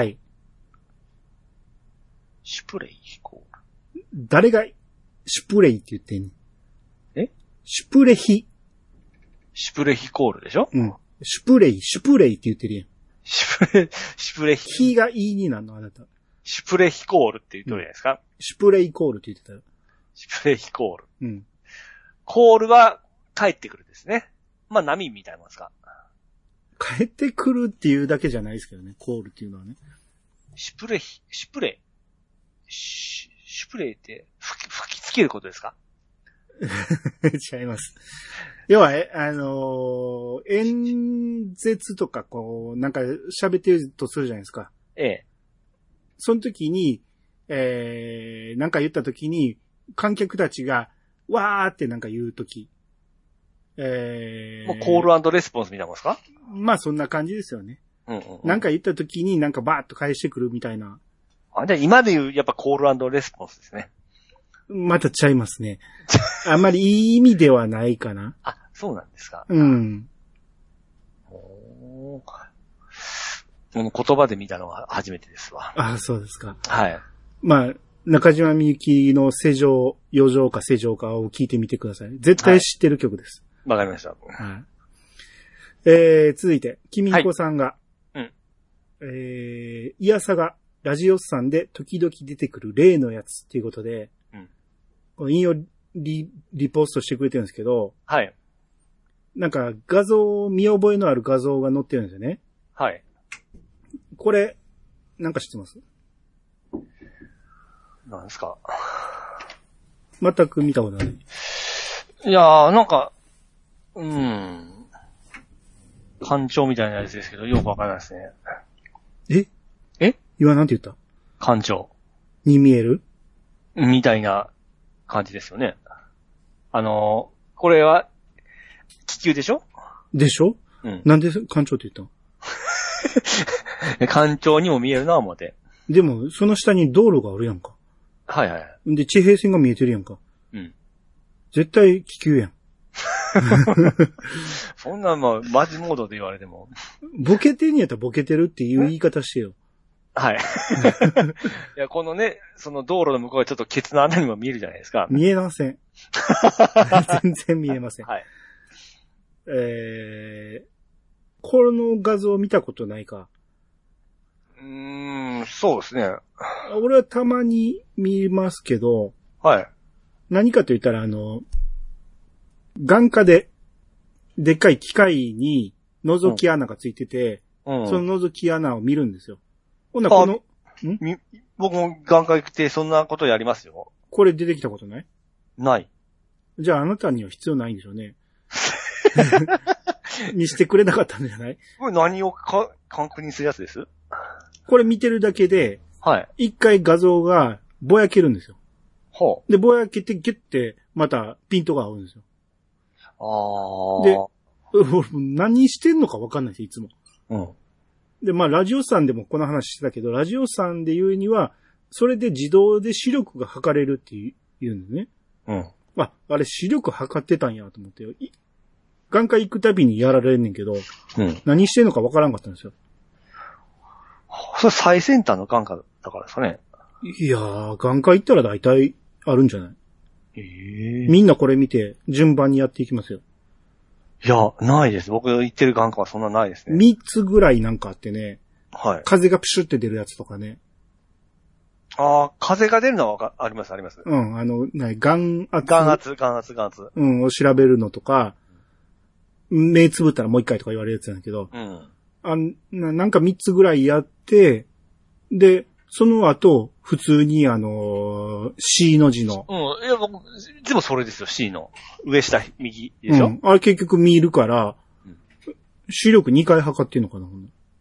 シュプレイヒコール。 誰がシュプレイって言ってんの？ え？ シュプレヒ。 シュプレヒコールでしょ？ うん。シュプレイ、シュプレイって言ってるやん。 シュプレ、シュプレヒ。 ヒがイになるのあなた。 シュプレヒコールって言うとるじゃないですか、うん、 シュプレイコールって言ってたよ。 シュプレヒコール。 うん。 コールは帰ってくるですね。まあ波みたいなもんですか。 帰ってくるっていうだけじゃないですけどね、コールっていうのはね。 シュプレヒ、シュプレイ。シュ、シュプレイって吹き、吹きつけることですか？ 違います。要は、あのー、演説とかこう、なんか喋ってるとするじゃないですか。 ええ。 その時に、えー、なんか言った時に、観客たちが、わーってなんか言う時。えー、 もうコール&レスポンスみたいなもんですか？ まあそんな感じですよね。 うんうんうん、 なんか言った時になんかバーッと返してくるみたいな。 あ、じゃあ今で言うやっぱコール&レスポンスですね。 またちゃいますね。あんまりいい意味ではないかな。 あ、そうなんですか。 うん。 おー、この言葉で見たのは初めてですわ。 あ、そうですか。 はい。 まあ、中島みゆきの世情、余剰か世情かを聞いてみてください。絶対知ってる曲です。 わ、はい、かりました。 はい。えー、続いて、きみんこさんが、 はい、うん。 えー、いやさが、ラジオスさんで時々出てくる例のやつっていうことで、引用リ、リポストしてくれてるんですけど、 はい。 なんか画像、見覚えのある画像が載ってるんですよね。 はい。 これ、なんか知ってます？ なんですか？ 全く見たことない。 いやー、なんか、うーん。感情みたいなやつですけど、よくわからないですね。 ええ今なんて言った？ 感情。 に見える？ みたいな感じですよね。あのー、これは、気球でしょ？ でしょ？うん。なんで艦長って言ったの？ 艦長にも見えるな、思って。 でも、その下に道路があるやんか。 はいはい。 で、地平線が見えてるやんか。 うん。 絶対気球やん。 そんな、まあ、マジモードで言われても。 ボケてんやったらボケてるっていう言い方してよ。 はい。いや、このね、その道路の向こうがちょっとケツの穴にも見えるじゃないですか。 見えません。全然見えません。 はい。 えー、この画像見たことないか？ うーん、そうですね。 俺はたまに見ますけど、 はい。 何かと言ったら、あの、眼科で、でっかい機械に覗き穴がついてて、うんうん、その覗き穴を見るんですよ。ほんなこの、 んみ、僕も眼科行ってそんなことやりますよ。 これ出てきたことない？ ない。 じゃああなたには必要ないんでしょうね。にしてくれなかったんじゃない？ これ何をか確認するやつです？ これ見てるだけで、 はい。 一回画像がぼやけるんですよ。 はあ、で、ぼやけてギュッて、またピントが合うんですよ。 ああ。 で、何してんのかわかんないです、いつも。 うん。 で、まあ、ラジオさんでもこの話してたけど、ラジオさんで言うには、それで自動で視力が測れるって言うんですね。 うん。 あ、あれ視力測ってたんやと思って、眼科行くたびにやられんねんけど、 うん。 何してんのかわからんかったんですよ。 それ最先端の眼科だからですかね。 いやー、眼科行ったら大体あるんじゃない？ ええー。 みんなこれ見て順番にやっていきますよ。 いや、ないです。僕言ってる眼科はそんなないですね。 みっつぐらいなんかあってね。 はい。 風がプシュって出るやつとかね。 ああ、風が出るのはわかあります、あります。 うん、あの、な眼圧。 眼圧、眼圧、眼圧。 うん、を調べるのとか、目つぶったらもう一回とか言われるやつなんだけど、 うん。 あななんかみっつぐらいやって、で、その後、普通にあのー、C の字の。 うん。いや、僕、でもそれですよ、C の。上下、右でしょ、うん、 あれ結局見るから、うん、視力にかい測ってんのかな。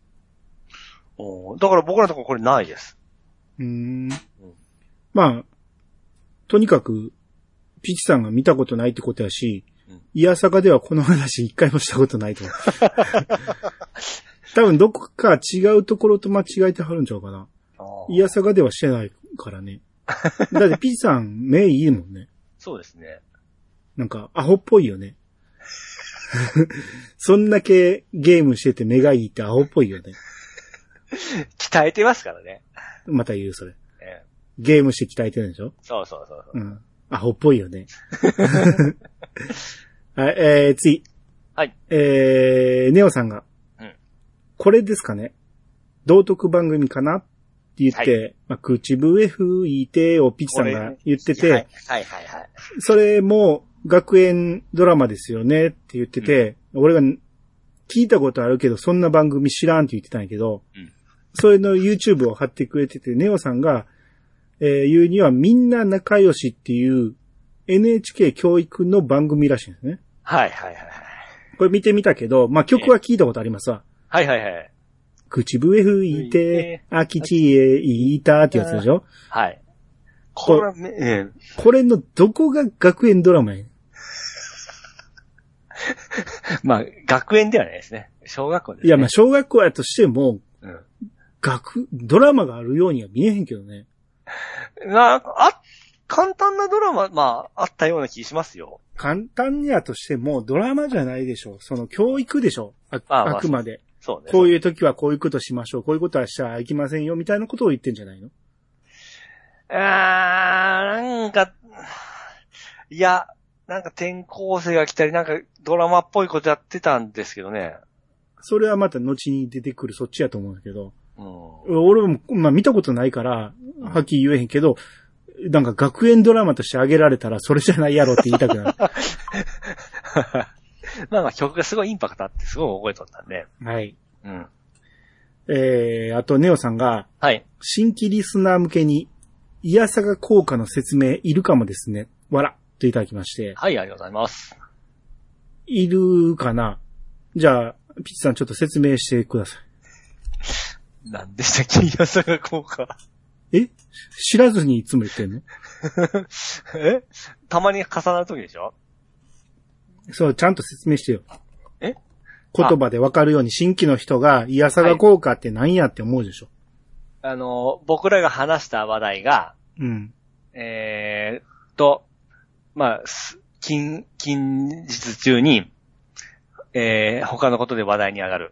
おだから僕らのところこれないです。 うーん。うん、まあ、とにかく、ピチさんが見たことないってことやし、うん、いやさかではこの話一回もしたことないと思う。多分どこか違うところと間違えてはるんちゃうかな。いやさかではしてないからね。だってピチさん目いいもんね。 そうですね。 なんかアホっぽいよね。そんだけゲームしてて目がいいってアホっぽいよね。 鍛えてますからね。 また言うそれ。 ええ、 ゲームして鍛えてるんでしょ？ そうそうそうそう。うん。 アホっぽいよね。はい、えー、次。 はい。 えー、ネオさんが。うん。これですかね？道徳番組かなって言って、はい、まあ、口笛吹いてをピチさんが言ってて、 はいはいはいはい。 それも学園ドラマですよねって言ってて、うん、俺が聞いたことあるけどそんな番組知らんって言ってたんやけど、うん、それの YouTube を貼ってくれてて、ネオさんが、えー、言うにはみんな仲良しっていう エヌエイチケー 教育の番組らしいんですね。 はいはいはい。 これ見てみたけど、まあ、曲は聞いたことありますわ。 はいはいはい。 口笛吹いて、空き地へ行ったってやつでしょ？ はい。これ、ね、 これのどこが学園ドラマやねん。 まあ、学園ではないですね。小学校ですね。 いや、まあ、小学校やとしても、うん、学、ドラマがあるようには見えへんけどね。 な、あ、簡単なドラマ、まあ、あったような気しますよ。 簡単やとしても、ドラマじゃないでしょ。その教育でしょ。あ、ああ、あくまで。 そうね。 こういう時はこういうことしましょう。こういうことはしちゃいけませんよ。みたいなことを言ってんじゃないの？ あー、なんか、いや、なんか転校生が来たり、なんかドラマっぽいことやってたんですけどね。 それはまた後に出てくるそっちやと思うんだけど。うん、俺も、まあ見たことないから、はっきり言えへんけど、なんか学園ドラマとして挙げられたらそれじゃないやろって言いたくなる。 まあまあ曲がすごいインパクトあってすごい覚えとったんで。 はい。うん。えー、あとネオさんが、 はい。 新規リスナー向けに、イヤサガ効果の説明いるかもですね。わら。といただきまして。 はい、ありがとうございます。 いるかな？じゃあ、ピッチさんちょっと説明してください。何でしたっけ、イヤサガ効果。 え？知らずにいつも言ってんの？ え？たまに重なるときでしょ？ そう、ちゃんと説明してよ。 え？ 言葉でわかるように新規の人がイヤサガ効果って何やって思うでしょ？ はい、あの、僕らが話した話題が、 うん。 えーと、まあ、近、近日中に、えー、他のことで話題に上がる。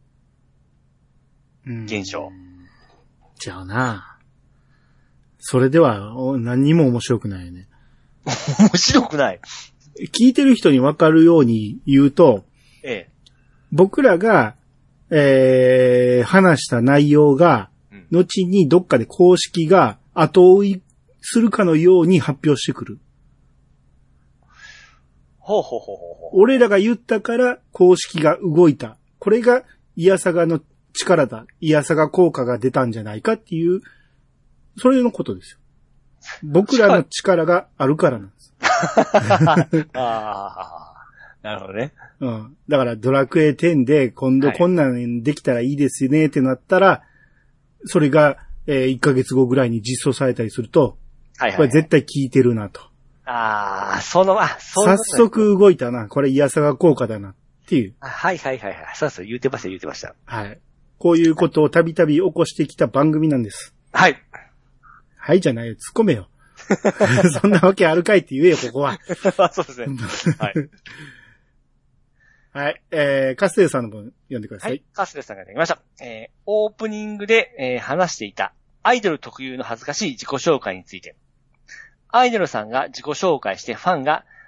現象。 じゃあな。それでは何にも面白くないよね。 面白くない。 聞いてる人に分かるように言うと、 ええ、 僕らが、えー、話した内容が、うん、後にどっかで公式が後追いするかのように発表してくる。 ほうほうほうほう。 俺らが言ったから公式が動いた。これがイヤサガの力だ。イヤサガ効果が出たんじゃないかっていう、それのことですよ。僕らの力があるからなんです。 ああ、なるほどね。 うん。だからドラクエテンで今度こんなんできたらいいですねってなったら、はい、それが、えー、いっかげつごぐらいに実装されたりすると、はいはいはい、これ絶対効いてるなと。 ああ、その、あ、 そう。早速動いたな。これイヤサガ効果だなっていう。 はいはいはいはい。そうそう、言ってました言ってました。 はい。こういうことをたびたび起こしてきた番組なんです。 はい。 はいじゃないよ。突っ込めよ。そんなわけあるかいって言えよ、ここは。 そうですね。はい。 はい。えー、カステルさんの分読んでください。はい。 カステルさんがいただきました。えー、オープニングで、えー、話していたアイドル特有の恥ずかしい自己紹介について。アイドルさんが自己紹介してファンが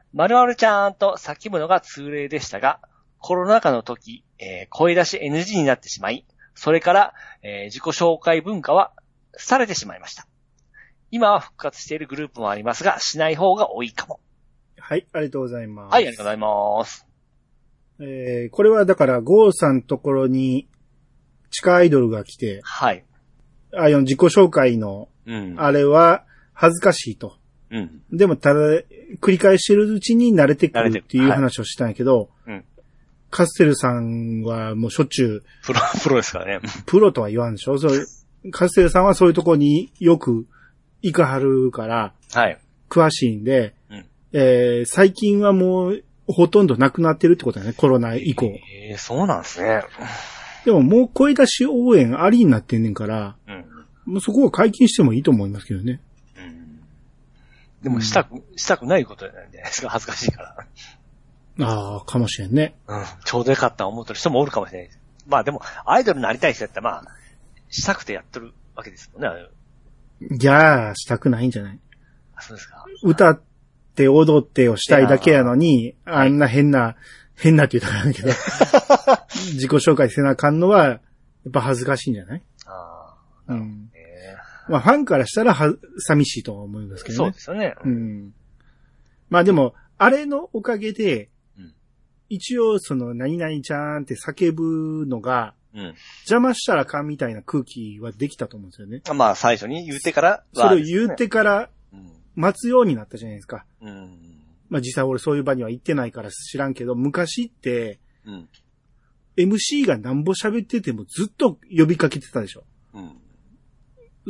〇〇ちゃんと叫ぶのが通例でしたが、コロナ禍の時、えー、声出し エヌジー になってしまい、それから、えー、自己紹介文化はされてしまいました。今は復活しているグループもありますが、しない方が多いかも。 はい、ありがとうございます。 はい、ありがとうございます。 えー、これはだから、ゴーさんのところに、地下アイドルが来て、 はい。 あの、自己紹介の、うん、あれは、恥ずかしいと。うん。でも、ただ、繰り返してるうちに慣れてくるっていう話をしたんやけど、はい、うん。カステルさんはもうしょっちゅう。 プロ、プロですからね。 プロとは言わんでしょ。そう、カステルさんはそういうところによく行かはるから、はい。詳しいんで、うん。えー、最近はもう、ほとんどなくなってるってことだね、コロナ以降。 えー、そうなんですね。 でももう声出し応援ありになってんねんから、うん。もうそこを解禁してもいいと思いますけどね。うん。 でもしたく、うん、したくないことなんじゃないですか、恥ずかしいから。 ああ、かもしれんね。 うん。ちょうどよかった思ってる人もおるかもしれないです。まあでも、アイドルになりたい人やったら、まあ、したくてやってるわけですもんね、あれ。 じゃあ、したくないんじゃない？ あ、そうですか。 歌って踊ってをしたいだけやのに、あんな変な、はい、変なって言ったらあるけど、自己紹介せなあかんのは、やっぱ恥ずかしいんじゃない？ああ。うん。えー、まあ、ファンからしたらは、寂しいと思いますけどね。 そうですよね。 うん。まあでも、あれのおかげで、一応その何々ちゃんって叫ぶのが、うん、邪魔したらあかんみたいな空気はできたと思うんですよね。 まあ最初に言ってから、 それを言ってから待つようになったじゃないですか。うん、まあ実際俺そういう場には行ってないから知らんけど、昔って、うん、エムシー がなんぼ喋っててもずっと呼びかけてたでしょ。うん、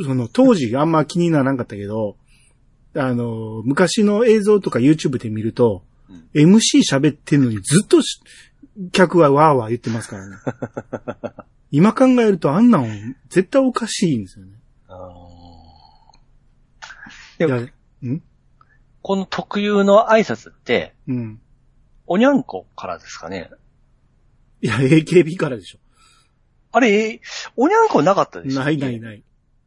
その当時あんま気にならなかったけど、あの、昔の映像とか YouTube で見ると、うん、エムシー 喋ってんのにずっと客はワーワー言ってますからね。今考えるとあんなん絶対おかしいんですよね。あいや、んこの特有の挨拶って、うん、おにゃんこからですかね。 いや、エーケービー からでしょ。 あれ、おにゃんこなかったでしょ。 ないないない。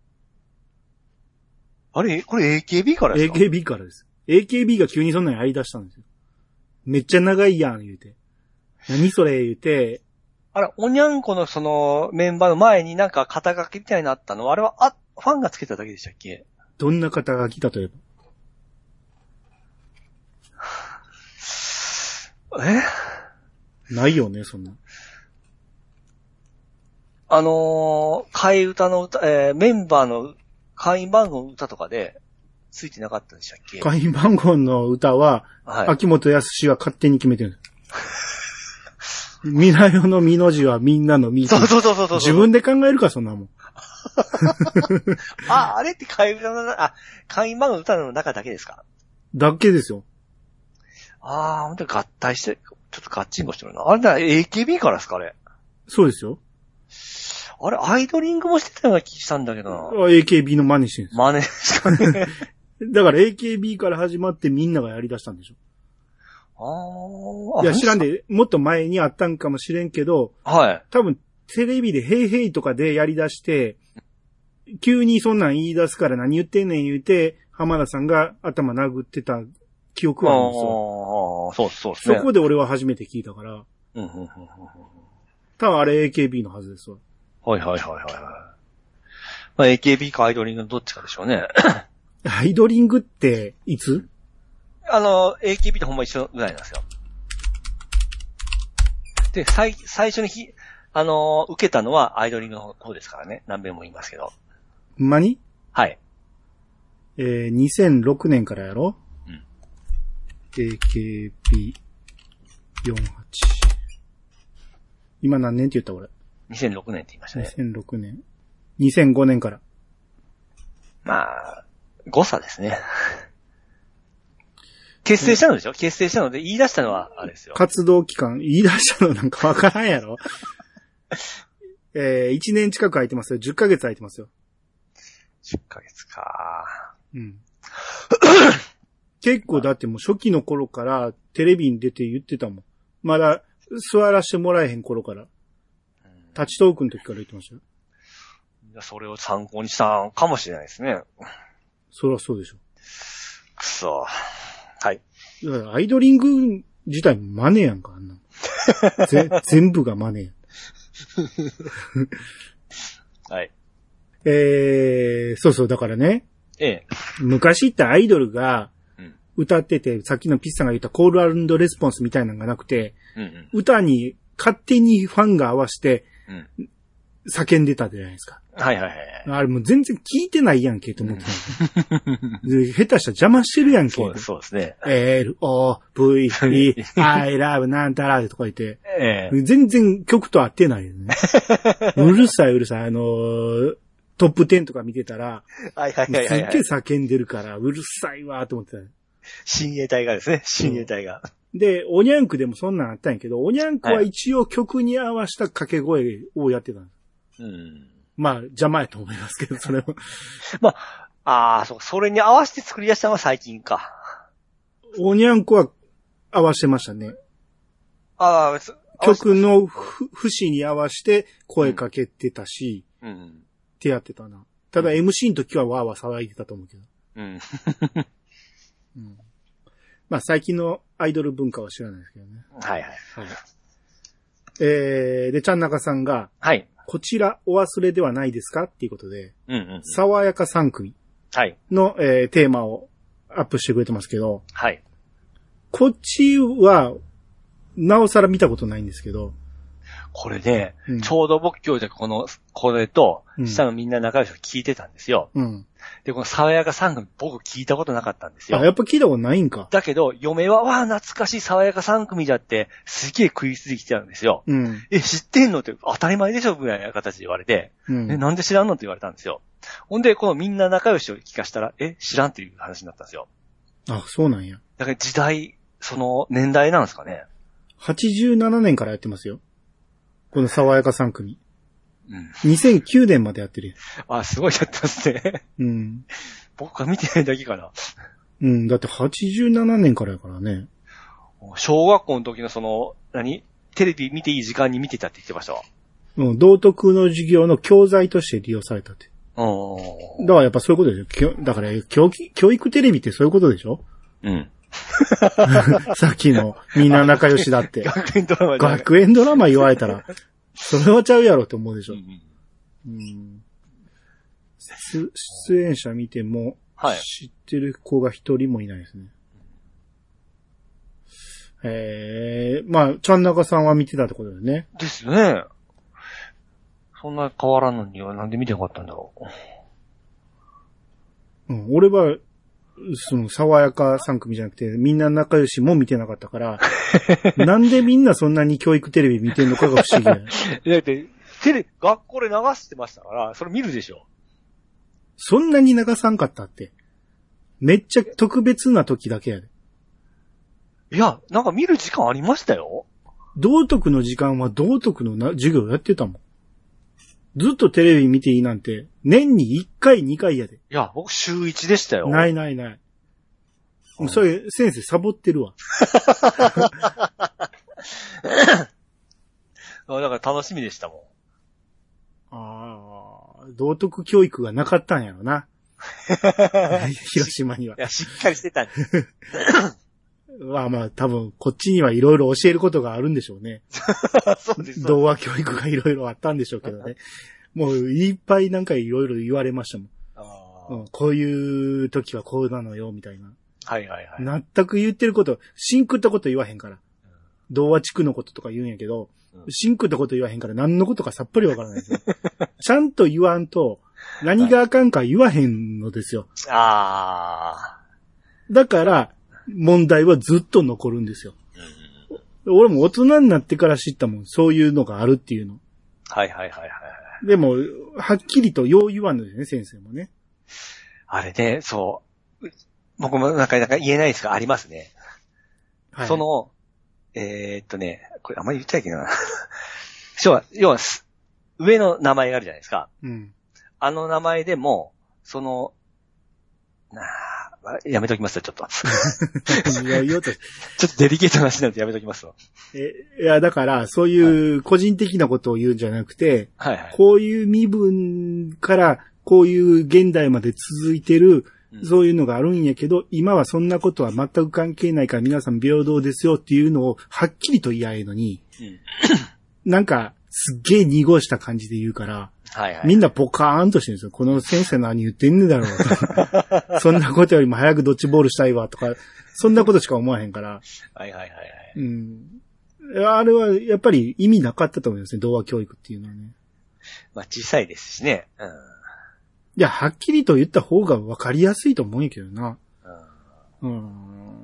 あれ、これ エーケービー からですか？ エーケービー からです。エーケービー が急にそんなにやり出したんですよ。めっちゃ長いやん、言うて。何それ、言うて。 あれ、おにゃんこのそのメンバーの前になんか肩書きみたいになったのは、あれは、あ、ファンがつけただけでしたっけ？ どんな肩書き例えば。え？ ないよね、そんな。 あのー、替え歌の歌、えー、メンバーの会員番号の歌とかで、ついてなかったでしたっけ？ 会員番号の歌は、はい、秋元康が勝手に決めてるんです。みなよのみの字はみんなのみ。 そうそうそうそうそう。 自分で考えるか、そんなもん。 あ、あれって会員番号の、あ、会員番号の歌の中だけですか？ だけですよ。 ああ、ほんとに合体して、ちょっとガッチンコしてるな。あれだ、エーケービー からですか、あれ。 そうですよ。 あれ、アイドリングもしてたような気したんだけどな。 エーケービー の真似してるんです。 真似ですかね。 だから エーケービー から始まってみんながやり出したんでしょ。ああ。いや、知らんで、もっと前にあったんかもしれんけど、はい。多分、テレビでヘイヘイとかでやり出して、急にそんなん言い出すから何言ってんねん言うて、浜田さんが頭殴ってた記憶はあるんですよ。 ああ、そうそうですね。 そこで俺は初めて聞いたから。うんうんうんうん。多分あれ エーケービー のはずですわ。 はいはいはいはい。まあ、エーケービー かアイドリングのどっちかでしょうね。 アイドリングっていつ？ あの、エーケービー とほんま一緒ぐらいなんですよ。で、最、最初にひ、あのー、受けたのはアイドリングの方ですからね。何遍も言いますけど。 ほんまに？ はい。 えー、にせんろくねんからやろ？うん。エーケービーよんじゅうはち。今何年って言った俺。 にせんろくねんって言いましたね。 にせんろくねん。にせんごねんから。 まあ、誤差ですね。結成したのでしょ、うん、結成したので言い出したのはあれですよ。 活動期間、言い出したのなんかわからんやろえー、いちねん近く空いてますよ。じゅっかげつ空いてますよ。 じゅっかげつか。うん。 結構だってもう初期の頃からテレビに出て言ってたもん。まだ座らせてもらえへん頃から。立ちトークの時から言ってましたよ。 それを参考にしたかもしれないですね。 そりゃそうでしょ。 くそ。 はい。 だからアイドリング自体マネやんか、あんなぜ全部がマネやん。 はい。 えー、そうそう、だからね。 ええ。 昔ってアイドルが歌ってて、うん、さっきのピッチさんが言ったコール&レスポンスみたいなのがなくて、うんうん、歌に勝手にファンが合わせて、うん、叫んでたじゃないですか。 はいはいはい。 あれもう全然聞いてないやんけと思ってた、うん、下手したら邪魔してるやんけ。 そうそうですね。 L, O, V, E, I love なんたらとか言って、 ええ、 全然曲と合ってないよね。うるさいうるさい。あのー、トップじゅうとか見てたら、 はいはいはいはい、はい。 すっげえ叫んでるから、うるさいわーと思ってた。 親衛隊がですね、親衛隊が。 で、おにゃんくでもそんなんあったんやけど、おにゃんくは一応曲に合わせた掛け声をやってたんです。はい、うん。まあ、邪魔やと思いますけど、それは。 まあ、ああ、そう、それに合わせて作り出したのは最近か。 おにゃんくは合わせてましたね。 ああ、曲の節に合わせて声かけてたし、うんうん、ってやってたな。ただ エムシー の時はわーわー騒いでたと思うけど。うんうん、まあ最近のアイドル文化は知らないですけどね。 はいはい。はい、 えー、で、ちゃんなかさんが、 はい。 こちらお忘れではないですかっていうことで、 うんうんうん、 爽やかさん組の、はい、えー、テーマをアップしてくれてますけど、 はい。 こっちは、なおさら見たことないんですけど、 これね、うん、ちょうど僕今日でこの、これと、下のみんな仲良しを聞いてたんですよ。うん。で、この爽やかさん組僕聞いたことなかったんですよ。 あ、やっぱ聞いたことないんか。 だけど、嫁は、わあ、懐かしい爽やかさん組だって、すげえ食いついてきてたんですよ。うん。え、知ってんのって当たり前でしょぐらいな形で言われて、うん。え、なんで知らんのって言われたんですよ。ほんで、このみんな仲良しを聞かしたら、え、知らんっていう話になったんですよ。 あ、そうなんや。 だから時代、その年代なんですかね。 はちじゅうななねんからやってますよ。この爽やかさん組。うん。にせんきゅうねんまでやってるよ。 あ、すごいやったっすね。うん。僕が見てないだけかな。 うん、だってはちじゅうななねんからやからね。 小学校の時のその、何テレビ見ていい時間に見てたって言ってましたわ。 うん、道徳の授業の教材として利用されたって。だからやっぱそういうことでしょ。だから教、教育テレビってそういうことでしょ。うん。さっきのみんな仲良しだって。 学園ドラマ学園ドラマ言われたら、それはちゃうやろって思うでしょ。うんうん、出演者見ても、はい、知ってる子が一人もいないですね。ええー、まあ、ちゃんなかさんは見てたってことだよね。 ですね。そんな変わらんのにはなんで見てなかったんだろう。うん、俺は、その、爽やかさん組じゃなくて、みんな仲良しも見てなかったから、なんでみんなそんなに教育テレビ見てんのかが不思議だよ。 だって、テレビ、学校で流してましたから、それ見るでしょ。 そんなに流さんかったって。めっちゃ特別な時だけやで。 いや、なんか見る時間ありましたよ。 道徳の時間は道徳のな授業やってたもん。ずっとテレビ見ていいなんて、年にいっかいにかいやで。 いや、僕週いちでしたよ。 ないないない。うん、それ、先生サボってるわ。 だから楽しみでしたもん。 ああ、道徳教育がなかったんやろな。広島には。 いや、しっかりしてたんです。 まあまあ、多分、こっちにはいろいろ教えることがあるんでしょうね。 そうです。 童話教育がいろいろあったんでしょうけどね。もう、いっぱいなんかいろいろ言われましたもん。あ、うん。こういう時はこうなのよ、みたいな。 はいはいはい。 全く言ってること、シンクったこと言わへんから。童話地区のこととか言うんやけど、うん、シンクったこと言わへんから何のことかさっぱりわからないですよ。ちゃんと言わんと、何があかんか言わへんのですよ。 はい、ああ。 だから、問題はずっと残るんですよ。うん、俺も大人になってから知ったもん。そういうのがあるっていうの。 はいはいはいはい。 でも、はっきりとよう言わんのですね、先生もね。 あれね、そう。僕もなんか、なんか言えないですが、ありますね。はい、その、えー、っとね、これあんまり言っちゃいけないな。要は、要は、上の名前があるじゃないですか。うん。あの名前でも、その、なあ、やめときますよ、ちょっと。 いや、言おうと。 ちょっとデリケートな話なんでやめときますわ。 え、いや、だから、そういう個人的なことを言うんじゃなくて、 はいはい、 こういう身分から、こういう現代まで続いてる、 うん、そういうのがあるんやけど、今はそんなことは全く関係ないから皆さん平等ですよっていうのをはっきりと言い合えのに、うん、なんかすっげえ濁した感じで言うから、はいはい、みんなポカーンとしてるんですよ。この先生何言ってんねだろうと。そんなことよりも早くドッジボールしたいわとか、そんなことしか思わへんから。 はいはいはいはい。 うん。あれはやっぱり意味なかったと思いますね、童話教育っていうのはね。 まあ小さいですしね。うん。いや、はっきりと言った方が分かりやすいと思うんやけどな。うん。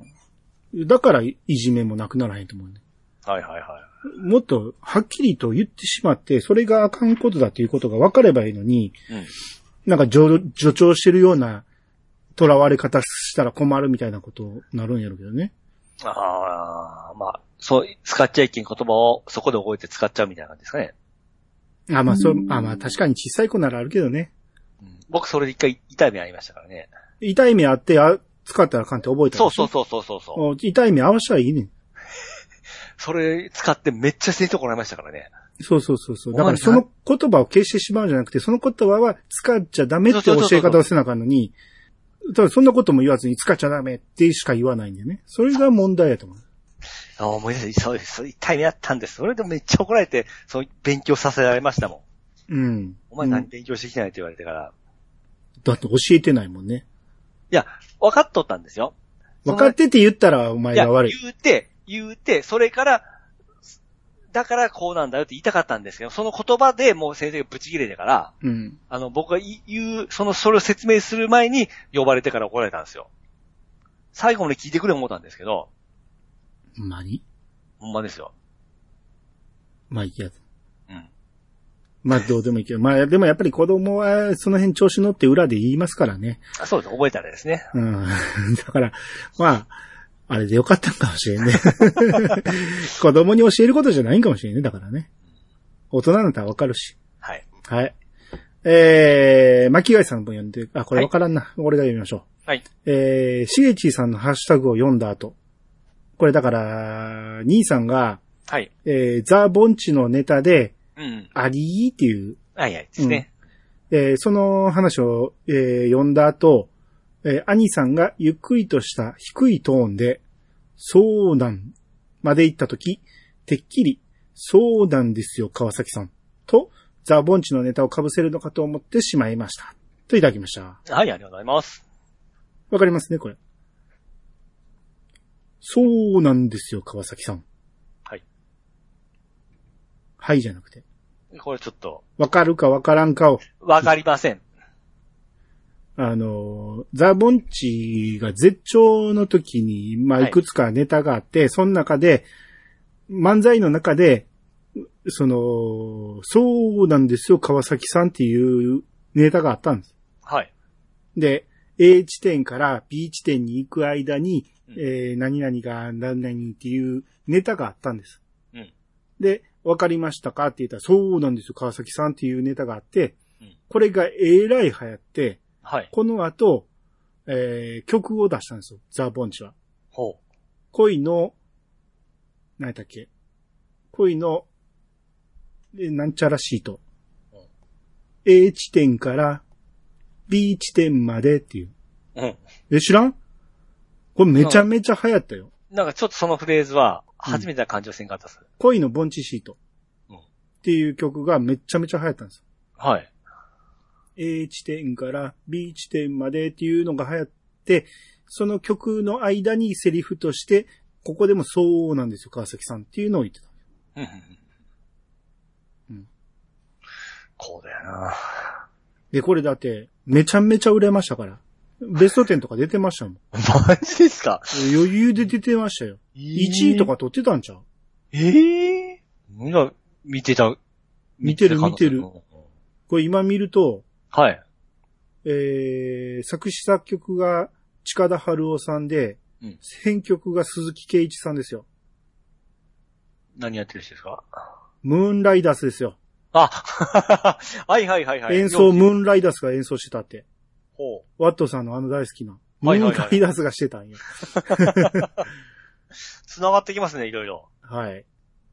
うん。だからいじめもなくならへんと思うね。 はいはいはい。 もっとはっきりと言ってしまって、それがあかんことだということが分かればいいのに、うん、なんか助助長してるような囚われ方したら困るみたいなことになるんやろうけどね。 ああ、まあ、そう、使っちゃいけん言葉をそこで覚えて使っちゃうみたいな感じですかね。 あ、まあそう、あ、まあ確かに小さい子ならあるけどね。 うん、僕それで一回痛い目ありましたからね。 痛い目あって、あ、使ったらあかんって覚えたら。 そうそうそうそうそう。 痛い目合わしたらいいねん。 それ使ってめっちゃ生徒来られましたからね。 そうそうそうそう。だからその言葉を消してしまうんじゃなくて、その言葉は使っちゃダメって教え方をせなあかんのに、ただそんなことも言わずに使っちゃダメってしか言わないんでね。それが問題やと思う。 あ、思い出した。そうです。そういう痛い目あったんです。それでめっちゃ怒られて、そう勉強させられましたもん。うん。 お前何勉強してきてないって言われてから。 だって教えてないもんね。 いや、分かっとったんですよ。 分かってて言ったらお前が悪い。 いや、言うて、言うて、それから、だからこうなんだよって言いたかったんですけど、その言葉でもう先生がブチ切れてから、うん、あの、僕が言う、その、それを説明する前に呼ばれてから怒られたんですよ。最後まで聞いてくれ思ったんですけど。 ほんまに？ ほんまですよ。 まあいいや。うん。まあどうでもいいけど、まあでもやっぱり子供はその辺調子乗って裏で言いますからね。 あ、そうです。覚えたらですね。 うん。だから、まあ、あれでよかったんかもしれんね。子供に教えることじゃないんかもしれんね。だからね。大人なんたらわかるし。 はい。 はい。えー、巻貝さんの分読んで、あ、これわからんな。はい、俺が読みましょう。 はい。 えー、しげちーさんのハッシュタグを読んだ後。これだから、兄さんが、 はい。 えー、ザ・ボンチのネタで、 うん。 アリーっていう。 はいはいですね。 うん、えー、その話を、えー、読んだ後、えー、兄さんがゆっくりとした低いトーンで、そうなんまで言ったとき、てっきり、そうなんですよ、川崎さん。と、ザ・ボンチのネタを被せるのかと思ってしまいました。といただきました。 はい、ありがとうございます。 わかりますね、これ。そうなんですよ、川崎さん。 はい。 はいじゃなくて。 これちょっと。 わかるかわからんかを。 わかりません。 あの、ザ・ボンチが絶頂の時に、まあ、いくつかネタがあって、はい、その中で、漫才の中で、その、そうなんですよ、川崎さんっていうネタがあったんです。 はい。 で、A 地点から B 地点に行く間に、うん、えー、何々が何々っていうネタがあったんです。うん、で、わかりましたかって言ったら、そうなんですよ、川崎さんっていうネタがあって、うん、これがえらい流行って、 はい。 この後、えー、曲を出したんですよ、ザ・ボンチは。 ほう。 恋の、何だっけ恋の、なんちゃらシート。うん、A 地点から B 地点までっていう。うん。え、知らん？これめちゃめちゃ流行ったよ。 なんかちょっとそのフレーズは、初めて感情せんかったっす、うん。 恋のボンチシート。うん。っていう曲がめちゃめちゃ流行ったんですよ。 はい。 A 地点から B 地点までっていうのが流行って、その曲の間にセリフとして、ここでもそうなんですよ、川崎さんっていうのを言ってた。うん。うん。 こうだよな。 で、これだって、めちゃめちゃ売れましたから。ベストじゅうとか出てましたもん。 マジですか？ 余裕で出てましたよ。えー、いちいとか取ってたんちゃう？ ええー。みんな、見てた。 見てる見てる。これ今見ると、 はい。 えー、作詞作曲が近田春夫さんで、うん、編曲が鈴木圭一さんですよ。 何やってる人ですか？ ムーンライダースですよ。 あ、はいはいはいはい。 演奏、ムーンライダースが演奏してたって。 ほう。ワットさんのあの大好きな。ムーンライダースがしてたんよ。 繋がってきますね、いろいろ。 はい。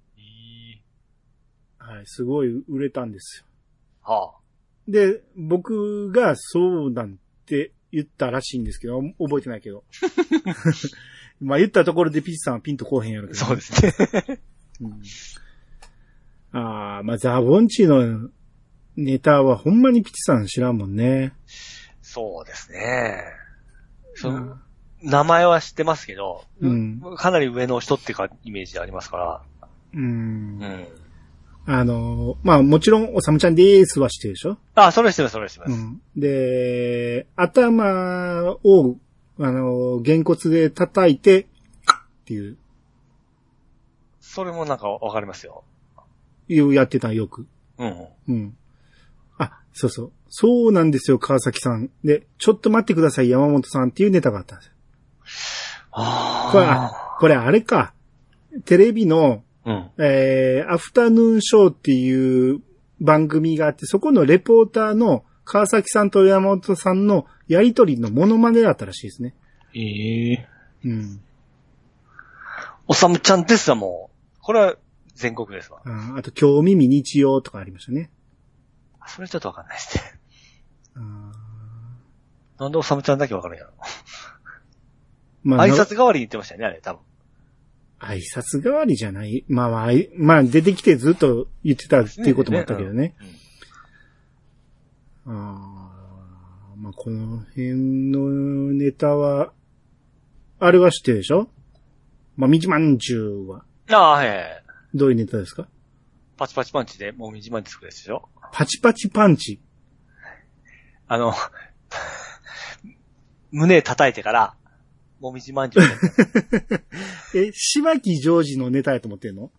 はい、すごい売れたんですよ。 はあ。 で、僕がそうなんて言ったらしいんですけど、覚えてないけど。まあ言ったところでピチさんはピンとこうへんやろけど、 そうですね。 うん、ああ、まあザボンチのネタはほんまにピチさん知らんもんね。 そうですね。その、うん、名前は知ってますけど、うん、かなり上の人っていうかイメージありますから。 うん。うんあの、まあもちろん、おさむちゃんでーすはしてるでしょ？ あ、それしてます、それしてます。 うん。で、頭を、あの、げんこつで叩いて、っていう。 それもなんかわかりますよ。 いうやってたよく。 うん。 うん。あ、そうそう。そうなんですよ、川崎さん。で、ちょっと待ってください、山本さんっていうネタがあったんですよ。 ああ。 これ、あ、これあれか。テレビの、 うん、 えー、アフタヌーンショーっていう番組があって、そこのレポーターの川崎さんと山本さんのやりとりのモノマネだったらしいですね。 ええー。うん。 おさむちゃんですらもう、これは全国ですわ。 あ, あと、今日耳日曜とかありましたね。 それちょっとわかんないですね。あなんでおさむちゃんだけわかるんやろ。まあ、挨拶代わりに言ってましたよね、あれ、多分。挨拶代わりじゃない。まあまあ、まあ出てきてずっと言ってたっていうこともあったけどね。ねうん、ああ、まあこの辺のネタは、あれは知ってるでしょ？まあ、みじまんじゅうは。 ああ、はいはい。 どういうネタですか？ パチパチパンチでもみじまんじ作るやつでしょ？ パチパチパンチ。 あの、胸叩いてから、もみじまんじゅう。 え、島木ジョージのネタやと思ってんの？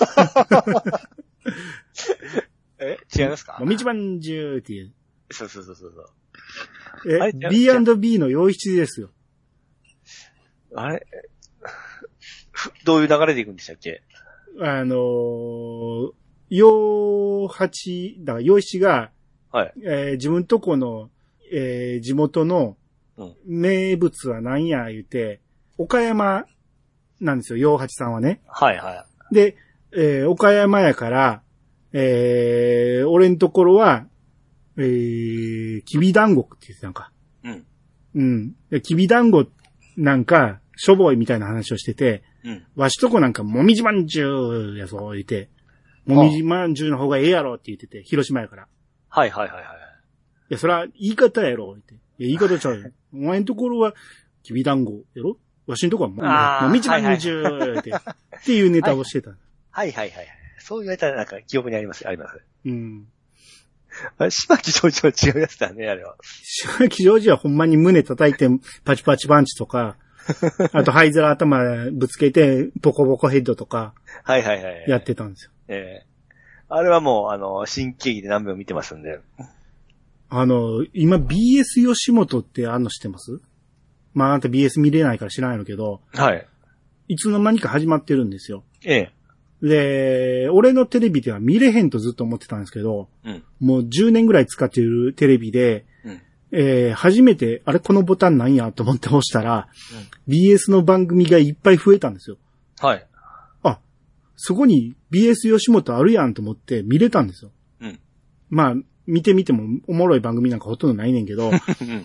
え違いますか？ もみじまんじゅうっていう。 そうそうそうそう。 え、ビーアンドビー の洋七ですよ。 あれどういう流れでいくんでしたっけ？ あのー、洋八、だから洋七が、 はい。 えー、自分とこの、えー、地元の名物は何や言うて、岡山なんですよ、洋八さんはね。 はいはい。 で、えー、岡山やから、えー、俺のところは、えー、きびだんごって言ってたんか。 うん。 うん。できびだんごなんか、しょぼいみたいな話をしてて、 うん。 わしとこなんかもみじまんじゅうやそう言って、もみじまんじゅうの方がええやろって言ってて、広島やから。 はいはいはいはい。いや、そら、言い方やろって。いや、言い方ちゃうよ。お前のところは、きびだんごやろ？わしのところはも、もみじまんじゅうって、っていうネタをしてた。 はいはいはい。そう言われたらなんか記憶にあります、あります。 うん。 あれ、島木ジョージは違うやつだね、あれは。 島木ジョージはほんまに胸叩いて、パチパチパンチとか、あと、灰皿頭ぶつけて、ボコボコヘッドとか、 はいはいはい。 やってたんですよ。 ええー。あれはもう、あの、新喜劇で何秒見てますんで。 あの、今 ビーエス 吉本ってあんの知ってます？まあ、あなた ビーエス 見れないから知らないのけど、 はい。 いつの間にか始まってるんですよ。 ええ。 で、俺のテレビでは見れへんとずっと思ってたんですけど、 うん、 もうじゅうねんぐらい使ってるテレビで、 うんえー、初めて、あれこのボタンなんやと思って押したら、 うん、 ビーエス の番組がいっぱい増えたんですよ。 はい。 あ、そこに ビーエス 吉本あるやんと思って見れたんですよ。 うん、 まあ、見てみてもおもろい番組なんかほとんどないねんけど、 うん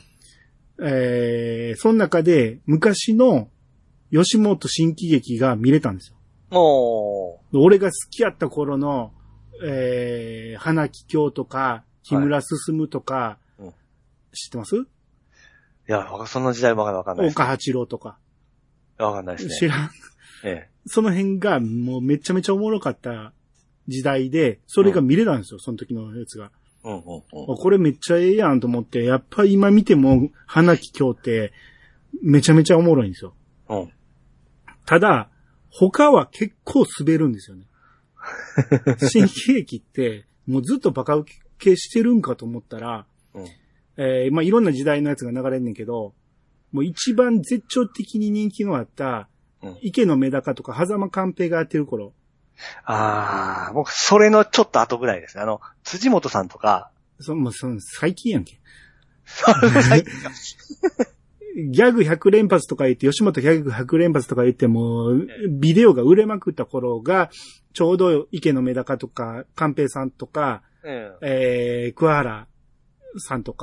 えー、その中で昔の吉本新喜劇が見れたんですよ。 おー。 俺が好きやった頃の、えー、花木京とか、木村進とか、はいうん、知ってます？いや、その時代わかんないです、ね。 岡八郎とか。 わかんないですね。 知らん。 ええ。 その辺がもうめちゃめちゃおもろかった時代で、それが見れたんですよ、うん、その時のやつが。 うんうんうん、 これめっちゃええやんと思って、やっぱり今見ても花木京ってめちゃめちゃおもろいんですよ。 うん、 ただ、他は結構滑るんですよね。新喜劇って、もうずっとバカ受けしてるんかと思ったら、 うんえー、まあ、いろんな時代のやつが流れんねんけど、もう一番絶頂的に人気のあった、うん、池野メダカとか狭間寛平がやってる頃。 ああ、僕、それのちょっと後ぐらいですね。あの、辻元さんとか。 そ、もう、その、最近やんけ。最近か。ギャグひゃく連発とか言って、吉本ギャグひゃく連発とか言っても、ビデオが売れまくった頃が、ちょうど池野メダカとか、寛平さんとか、 うん、 えー、桑原さんとか、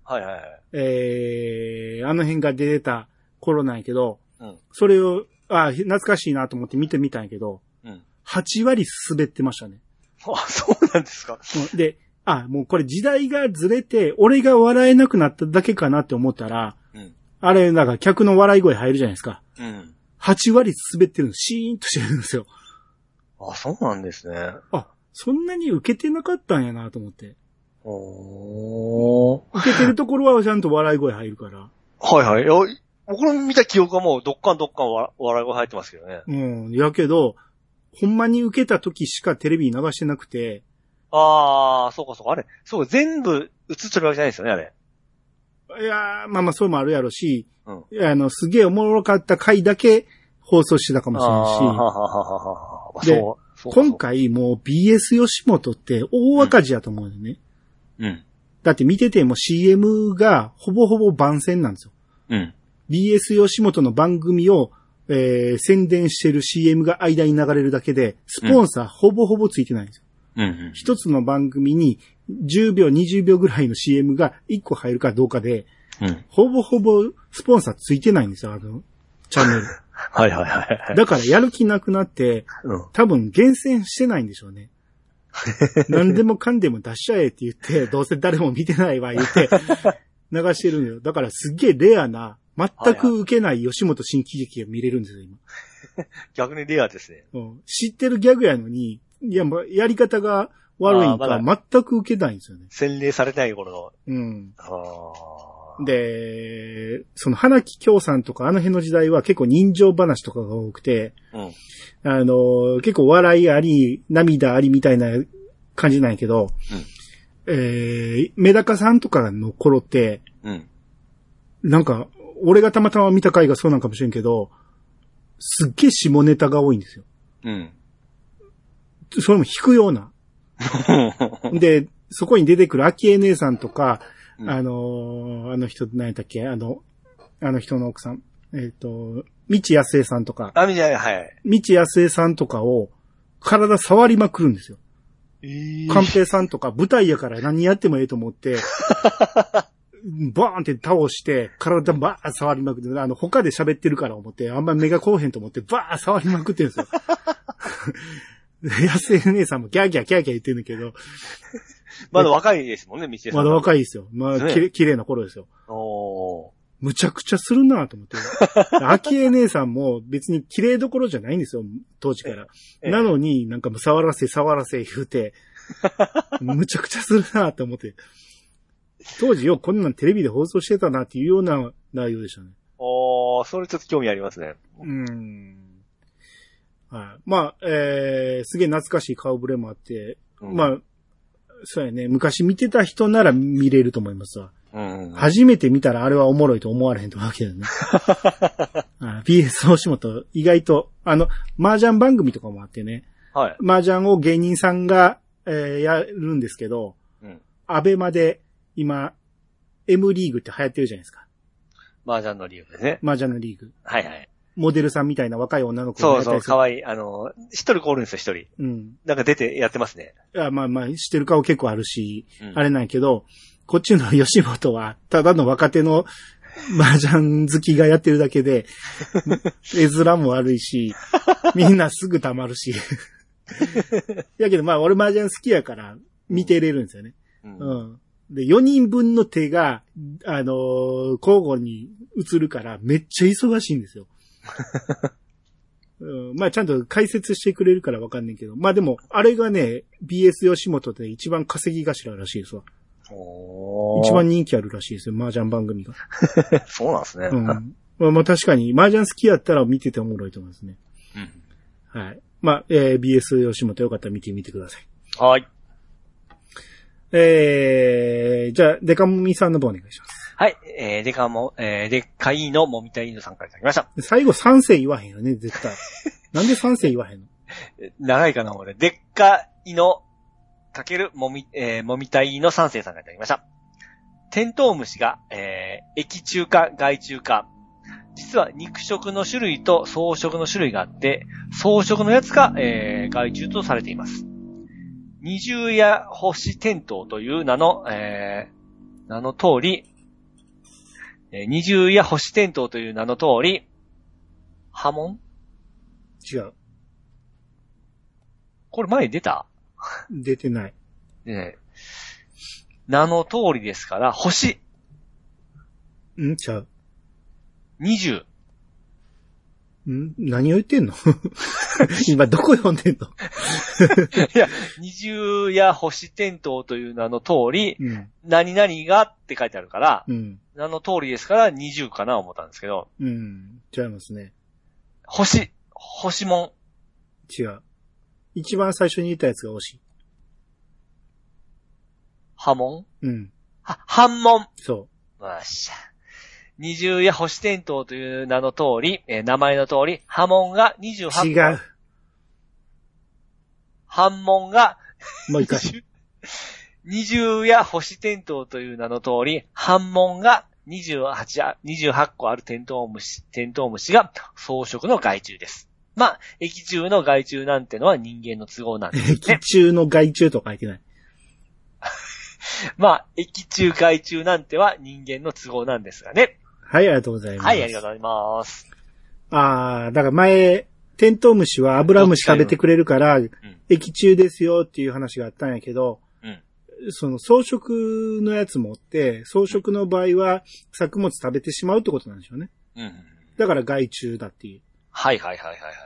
はいはいはい。 えー、あの辺が出てた頃なんやけど、 うん。 それを、あ、懐かしいなと思って見てみたんやけど、 うん。 はち割滑ってましたね。 あ、そうなんですか。 で、あ、もうこれ時代がずれて、俺が笑えなくなっただけかなって思ったら、うん。あれ、なんか客の笑い声入るじゃないですか。うん。はち割滑ってるの、シーンとしてるんですよ。 あ、そうなんですね。 あ、そんなに受けてなかったんやなと思って。 おー。 受けてるところはちゃんと笑い声入るから。 はいはい。い僕の見た記憶はもうどっかんどっかん笑い声入ってますけどね。 うん。やけど、ほんまに受けた時しかテレビ流してなくて。 あー、そうかそうか。あれ、そうか、全部映ってるわけじゃないですよね、あれ。 いやー、まあまあそうもあるやろし、 うん、 あの、すげえおもろかった回だけ放送してたかもしれないし。ははははで、そう今回もう ビーエス 吉本って大赤字やと思うよね。うん。だって見てても シーエム がほぼほぼ番宣なんですよ。うん。ビーエス 吉本の番組を、えー、宣伝してる シーエム が間に流れるだけで、スポンサーほぼほぼついてないんですよ。うんうん、一つの番組にじゅうびょう、にじゅうびょうぐらいの シーエム がいっこ入るかどうかで、うん、ほぼほぼスポンサーついてないんですよ、あの、チャンネル。 はいはいはい。 だからやる気なくなって、うん、多分厳選してないんでしょうね。何でもかんでも出しちゃえって言って、どうせ誰も見てないわ言って流してるんよ。だからすっげえレアな、全く受けない吉本新喜劇が見れるんですよ、今。 逆にレアですね、 うん。知ってるギャグやのに、いや、やり方が悪いんか、全く受けないんですよね。 洗礼されない頃の。 うん。あで、その花木京さんとかあの辺の時代は結構人情話とかが多くて、うん、あの、結構笑いあり、涙ありみたいな感じなんやけど、うん、えー、メダカさんとかの頃って、うん、なんか、俺がたまたま見た回がそうなんかもしれんけど、すっげえ下ネタが多いんですよ。うん。それも引くような。で、そこに出てくる秋江姉さんとか、うん、あのー、あの人、何やったっけあの、あの人の奥さん。えっ、ー、と、道安江さんとか。 あ、みたいな、はい。 道安江さんとかを、体触りまくるんですよ。えー。寛平さんとか、舞台やから何やってもええと思って、バーンって倒して、体バーン触りまくって、あの、他で喋ってるから思って、あんま目がこうへんと思って、バーン触りまくってるんですよ。安江姉さんもギャーギャーギャーギャー言ってるんだけど。 まだ若いですもんね、道枝さん。 まだ若いですよ。まあ、ね、きれいな頃ですよ。おー。むちゃくちゃするなと思って。秋江姉さんも別に綺麗どころじゃないんですよ、当時から。なのになんかもう触らせ触らせ言うて、むちゃくちゃするなと思って。当時よ、こんなんテレビで放送してたなっていうような内容でしたね。 おー、それちょっと興味ありますね。 うーん。はい。まあ、えー、すげえ懐かしい顔ぶれもあって、うん、まあ、そうやね、昔見てた人なら見れると思いますわ。うんうん、初めて見たらあれはおもろいと思われへんとわけだよね。ビーエス 吉本、意外と、あの、麻雀番組とかもあってね。はい。麻雀を芸人さんが、えー、やるんですけど、うん。アベマで今、M リーグって流行ってるじゃないですか。 麻雀のリーグですね。 麻雀のリーグ。 はいはい。 モデルさんみたいな若い女の子がやったりする。そうそう、かわいい。あの、一人こおるんですよ、一人。うん。なんか出てやってますね。 いや、まあまあ、知ってる顔結構あるし、うん、あれなんやけど、こっちの吉本は、ただの若手の麻雀好きがやってるだけで、絵面も悪いし、みんなすぐ溜まるし。やけどまあ、俺麻雀好きやから見てれるんですよね。うん。うん、で、よにんぶんの手が、あのー、交互に映るからめっちゃ忙しいんですよ。うん、まあちゃんと解説してくれるからわかんないけど。まあでも、あれがね、ビーエス 吉本で一番稼ぎ頭らしいですわ。一番人気あるらしいですよ、麻雀番組が。 そうなんですね。 うん。まあ、まあ確かに、麻雀好きやったら見てておもろいと思いますね。うん。はい。まあ、えー、ビーエス 吉本よかったら見てみてください。 はい。 えー、じゃあ、デカモミさんの方お願いします。 はい。えー、デカモ、えー、デカイのもみたいのさんからいただきました。 最後賛成言わへんよね、絶対。なんで賛成言わへんの？ 長いかな、俺。デッカイのかけるもみ、えー、もみたいの三世さんがいただきました。テントウムシが、えー、液中か害虫か。実は肉食の種類と草食の種類があって、草食のやつが、えー、害虫とされています。二重や星テントウという名の、えー、名の通り、 えー、二重や星点灯という名の通り、波紋？ 違う。 これ前に出た？ 出てない。 ね、名の通りですから、星。 んちゃう。 二重。 ん何を言ってんの今どこ読んでんのいや、二重や星点灯という名の通り、 うん、何 々がって書いてあるから、 うん、 名の通りですから二重かな思ったんですけど。 うん、違いますね。 星、星門。 違う。一番最初に言ったやつが惜しい。 波紋？ うん。 は、反問。 そう。 よっしゃ。二重や星点灯という名の通り、えー、名前の通り、波紋がにじゅうはち個。違う。反問が、 もう一回。 二重や星点灯という名の通り、反問がにじゅうはち、にじゅうはち個あるテントウムシ、テントウムシが草食の害虫です。まあ、液中の害虫なんてのは人間の都合なんですね。 液中の害虫と書いてない。 まあ、液中害虫なんては人間の都合なんですがね。 はい、ありがとうございます。 はい、ありがとうございます。 ああ、だから前、テントウムシはアブラムシ食べてくれるから、うん、液中ですよっていう話があったんやけど、うん、その草食のやつもおって、草食の場合は作物食べてしまうってことなんでしょうね。うん、だから害虫だっていう。 はいはいはいはいはい。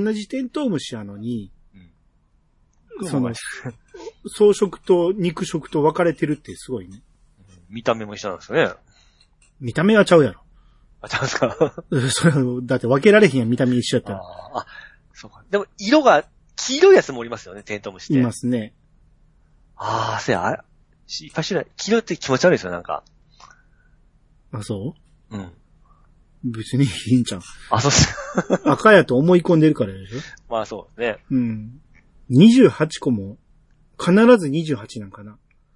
同じテントウムシやのに、うん、その、草食と肉食と分かれてるってすごいね。 見た目も一緒なんですよね。 見た目はちゃうやろ。 あ、ちゃうんですかそれだって分けられへんやん、見た目一緒やったら。 ああ、そうか。でも、色が、黄色いやつもおりますよね、テントウムシって。 いますね。 ああ、せや、あれ、いっぱい知らない。黄色って気持ち悪いですよ、なんか。 あ、そううん。 別にいいんちゃう。 あ、そうっす。 赤やと思い込んでるからでしょ。 まあそうですね。 うん。にじゅうはちこも、必ずにじゅうはちなんかな。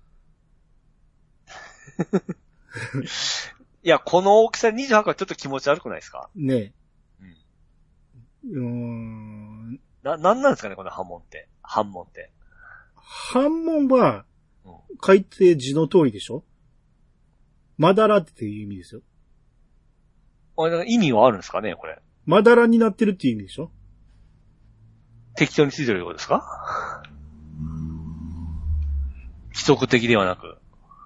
いや、この大きさにじゅうはち個はちょっと気持ち悪くないですかねえ。 うん。うーん。な、なんなんですかね、この波紋って。反問って。 反問は、書いて字の通りでしょ？まだらっていう意味ですよ。 あれ、意味はあるんですかね、これ。 まだらになってるっていう意味でしょ？ 適当についてるようですか？規則的ではなく。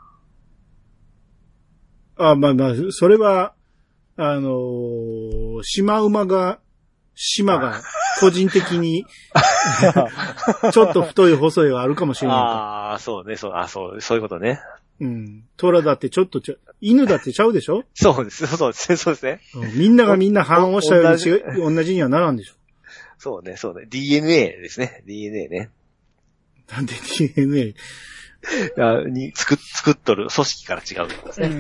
あ、まあまあ、それは、あのー、シマウマが、島が個人的に、ちょっと太い細いはあるかもしれない。 ああ、そうね、そう、あそう、そういうことね。 うん。虎だってちょっとちゃ、犬だってちゃうでしょ？ そうです、そうです、そうですね、 うん。みんながみんな反応したように違う、同じにはならんでしょ。 そうね、そうね。ディーエヌエー ですね。ディーエヌエー ね。 なんで ディーエヌエー？ に作、作っとる組織から違うんですね。うん、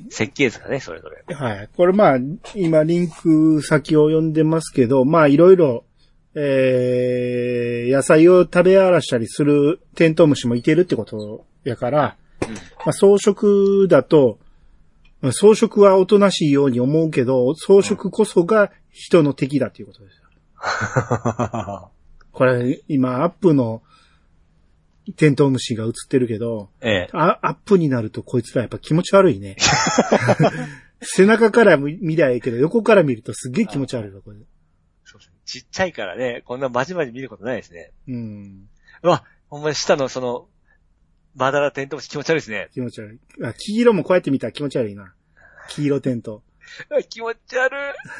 設計図がね、それぞれ。 はい。これまあ、今リンク先を読んでますけど、まあいろいろ、えー、野菜を食べ荒らしたりするテントウムシもいてるってことやから、うん、まあ草食だと、草食はおとなしいように思うけど、草食こそが人の敵だっていうことですよ。これ、今アップのテントウムシが映ってるけど、ええ、アップになるとこいつらやっぱ気持ち悪いね。背中から見りゃいいけど、横から見るとすっげえ気持ち悪いわ、これ。 そうですね。ちっちゃいからね、こんなまじまじ見ることないですね。 うん。 うわ、ほんまに下のその、まだらテントウムシ気持ち悪いですね。 気持ち悪い。あ、黄色もこうやって見たら気持ち悪いな。黄色テント。 気持ち悪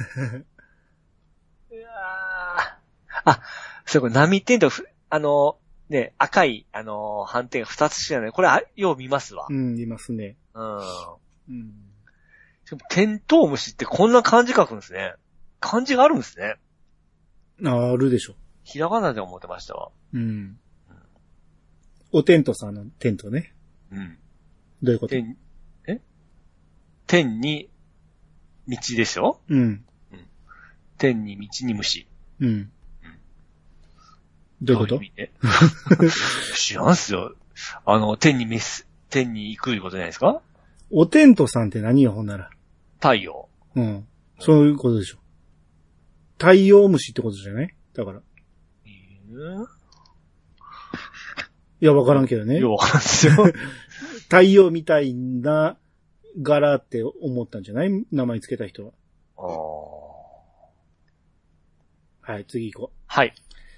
い。うわあ、そうこれ波テント、あの、ね、赤い、あのー、斑点が二つしかない。これ、あ、よう見ますわ。 うん、見ますね。 うん。うん。しかも、テントウムシってこんな漢字書くんですね。漢字があるんですね。 あ、あるでしょ。 ひらがなで思ってましたわ。 うん。うん、おテントさんのテントね。 うん。 どういうこと？ 天、え天に、道でしょ？ うん。うん。 天に道に虫。 うん。どういうこと？ 知らんっすよ。あの、天にメス、天に行くいうことじゃないですか？ おテントさんって何よ、ほんなら。 太陽。 うん。そういうことでしょ。太陽虫ってことじゃない？だから。 えー、 いや、わからんけどね。 いや、わからんっすよ。 太陽みたいな柄って思ったんじゃない名前つけた人は。 ああ。はい、次行こう。 はい。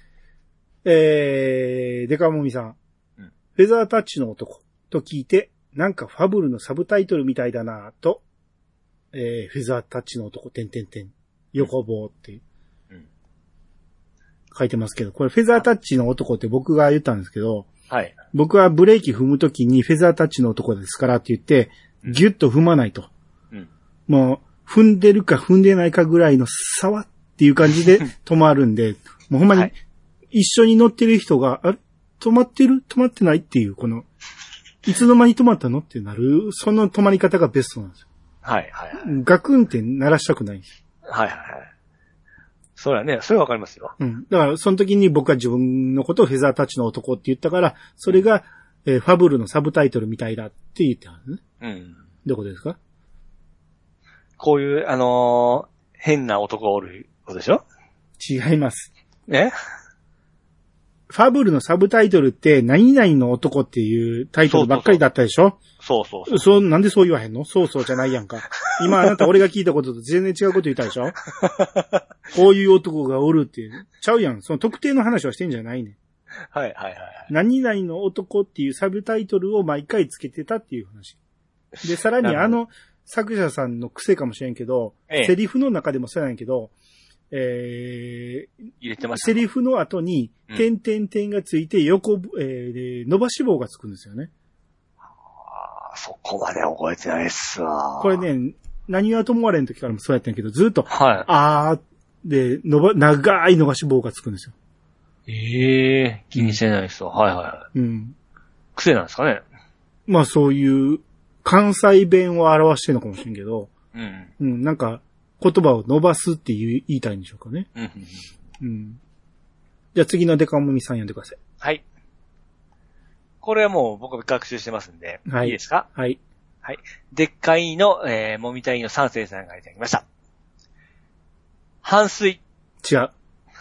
えー、デカモミさん。うん、フェザータッチの男と聞いて、なんかファブルのサブタイトルみたいだなぁと、えー、フェザータッチの男、てんてんてん、横棒っていう、うん、書いてますけど、これフェザータッチの男って僕が言ったんですけど、 はい。 僕はブレーキ踏むときにフェザータッチの男ですからって言って、ギュッと踏まないと。うん、もう、踏んでるか踏んでないかぐらいの差はっていう感じで止まるんで、もうほんまに一緒に乗ってる人が、あれ止まってる止まってないっていう、この、いつの間に止まったのってなる、その止まり方がベストなんですよ。 はいはいはい。 ガクンって鳴らしたくないんです。 はいはいはい。そうやね。それはわかりますよ。 うん。だから、その時に僕は自分のことをフェザータッチの男って言ったから、それが、えー、ファブルのサブタイトルみたいだって言ってたんですね。うん。どこですか？ こういう、あのー、変な男がおることでしょ？ 違います。 え？ ファブルのサブタイトルって、何々の男っていうタイトルばっかりだったでしょ？ そうそうそう。 そう、なんでそう言わへんの？そうそうじゃないやんか。今あなた俺が聞いたことと全然違うこと言ったでしょ？こういう男がおるっていう。ちゃうやん。その特定の話はしてんじゃないねん。 はいはいはい。 何々の男っていうサブタイトルを毎回つけてたっていう話。で、さらにあの作者さんの癖かもしれんけど、ええ、セリフの中でもそうなんやけど、えー、 入れてました。 セリフの後に、点々点がついて横、えー、伸ばし棒がつくんですよね。 あ、そこまで覚えてないっすわ。 これね、何はともあれん時からもそうやったんやけど、ずっと、 はい。 あーで、伸ば、長い伸ばし棒がつくんですよ。 ええー、気にしてないっすわ。うん、はいはい。うん。癖なんですかね。 まあそういう、関西弁を表してるのかもしれんけど、うん。うん、なんか、言葉を伸ばすって言いたいんでしょうかね。うん。うん。じゃあ次のデカモミさん読んでください。 はい。これはもう僕が学習してますんで、はい、いいですか？ はい。 はい。でっかいの、えー、もみたいの三世さんがいただきました。半水。 違う。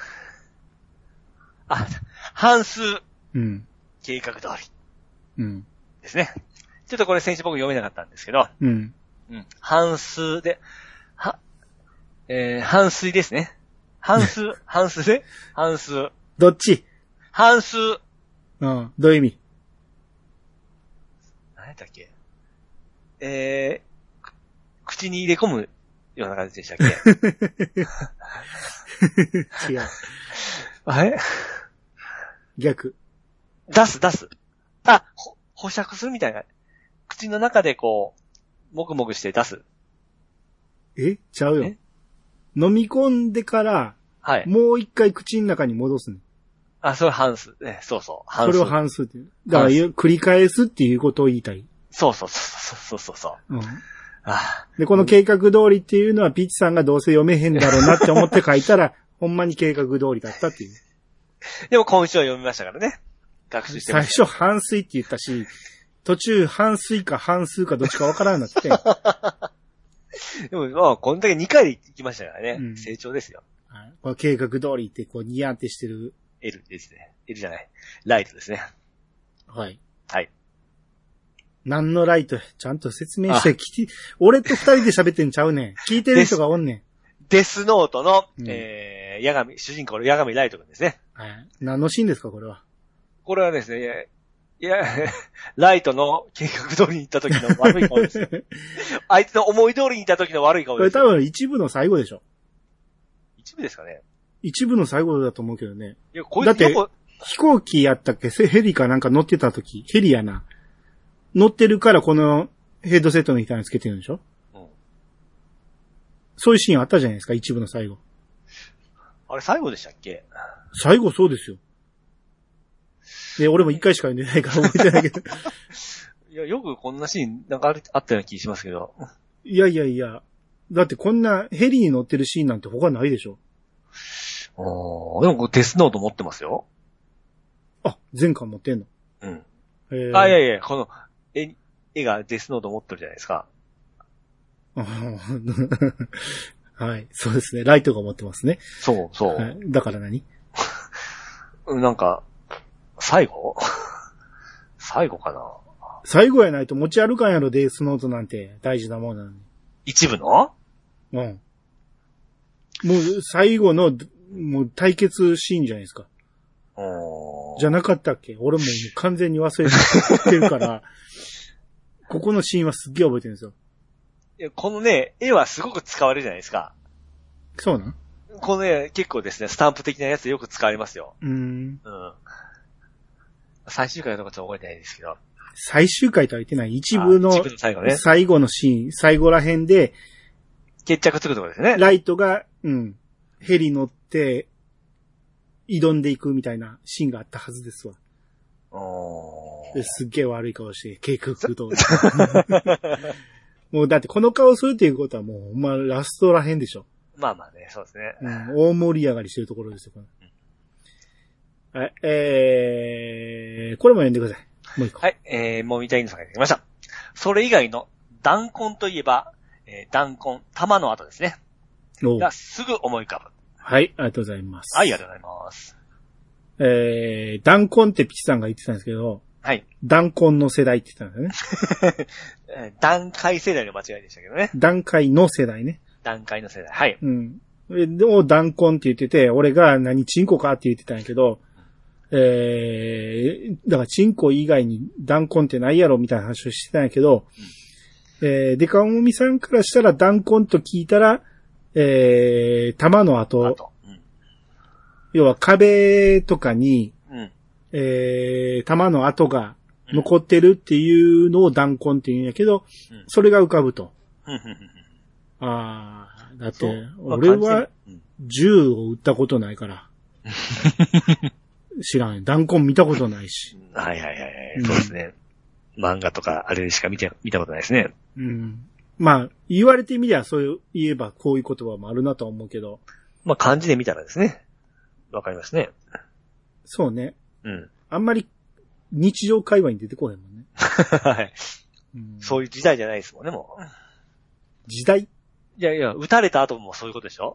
あ、半数。 うん。 計画通り。うん。 ですね。ちょっとこれ先週僕読めなかったんですけど、 うん。 うん。半数で、は、えー、半水ですね。半数、半数で半数。 どっち？ 半数。 うん。どういう意味？ 何やったっけ？えー、口に入れ込むような感じでしたっけ？ 違う。 あれ？ 逆。 出す、出す。あ、ほ、保釈するみたいな。口の中でこう、もぐもぐして出す。 え？ちゃうよ。飲み込んでから、はい。もう一回口の中に戻すね。 あ、それ半数。ね、そうそう。半数。 それを半数っていう。だから繰り返すっていうことを言いたい。 そうそうそうそうそう。うん。 あで、この計画通りっていうのは、ピッチさんがどうせ読めへんだろうなって思って書いたら、ほんまに計画通りだったっていう。 でも今週は読みましたからね。学習してました。 最初半水って言ったし、途中半水か半数かどっちかわからんなって。 でも、まあ、こんだけにかいで行きましたからね。うん、成長ですよ。 はい、この計画通りって、こう、ニヤンってしてる。 L ですね。L じゃない。ライトですね。 はい。 はい。 何のライトちゃんと説明して聞き、俺と二人で喋ってんちゃうねん。聞いてる人がおんねん。 デスノートの、うん、えー、ヤガミ、主人公のヤガミライト君ですね。 はい。何のシーンですか、これは。 これはですね、いや、ライトの計画通りに行った時の悪い顔ですよ。あいつの思い通りに行った時の悪い顔ですよ。 これ多分一部の最後でしょ。 一部ですかね。 一部の最後だと思うけどね。 いや、こいつだって、飛行機やったっけヘリかなんか乗ってた時、ヘリやな。乗ってるからこのヘッドセットの板につけてるんでしょ、うん、そういうシーンあったじゃないですか、一部の最後。 あれ最後でしたっけ？ 最後そうですよ。で、俺も一回しか読んでないから覚えてないけど。 いや、よくこんなシーンなんかあったような気しますけど。 いやいやいや。だってこんなヘリに乗ってるシーンなんて他ないでしょ。 ああ、でもデスノート持ってますよ。 あ、前巻持ってんの？ うん。えー、あ、いやいや、この絵、絵がデスノート持ってるじゃないですか。 はい、そうですね。ライトが持ってますね。 そうそう。 はい、だから何？ なんか、最後最後かな最後やないと持ち歩かんやろ、デスノートなんて。大事なもんなのに。 一部のうん。もう最後の、もう対決シーンじゃないですか。じゃなかったっけ？俺も完全に忘れてるから、ここのシーンはすっげえ覚えてるんですよ。 いや、このね、絵はすごく使われるじゃないですか。 そうなん？ このね、結構ですね、スタンプ的なやつよく使われますよ。 うーん。 うん。最終回のとこちょっと覚えてないですけど。 最終回とは言ってない。一部の、 一部の最後ね。 最後のシーン、最後ら辺で、 決着つくところですね。 ライトが、うん、ヘリ乗って、挑んでいくみたいなシーンがあったはずですわ。 おー。すっげえ悪い顔して、計画と。もうだってこの顔するっていうことはもう、まあ、ラストら辺でしょ。 まあまあね、そうですね。 うん、大盛り上がりしてるところですよ。うん、はい、えー、これも読んでください。もう一個。 はい、えー、もみたいのさんがいただきました。それ以外の弾痕といえば、えー、弾痕、弾の後ですね。がすぐ思い浮かぶ。 はい、ありがとうございます。 はい、ありがとうございます。 えー、弾痕ってピチさんが言ってたんですけど、 はい。 弾痕の世代って言ってたんですよね。段階世代の間違いでしたけどね。 段階の世代ね。 段階の世代。はい。 うん。でも、弾痕って言ってて、俺が何チンコかって言ってたんやけど、えー、だからチンコ以外に弾痕ってないやろみたいな話をしてたんやけど、うん、えー、デカオモミさんからしたら弾痕と聞いたら、えー、弾の跡、後うん、要は壁とかに、うん、えー、弾の跡が残ってるっていうのを弾痕って言うんやけど、うん、それが浮かぶと。うん、ああ、だって、俺は銃を撃ったことないから。知らん。弾痕見たことないし。 はいはいはい、うん。そうですね。漫画とかあれしか見て、見たことないですね。 うん。まあ、言われてみりゃそういう、言えばこういう言葉もあるなとは思うけど。 まあ漢字で見たらですね。わかりますね。 そうね。 うん。 あんまり日常会話に出てこへんもんね。 はい、うん。そういう時代じゃないですもんね、もう。 時代？ いやいや、撃たれた後もそういうことでしょ？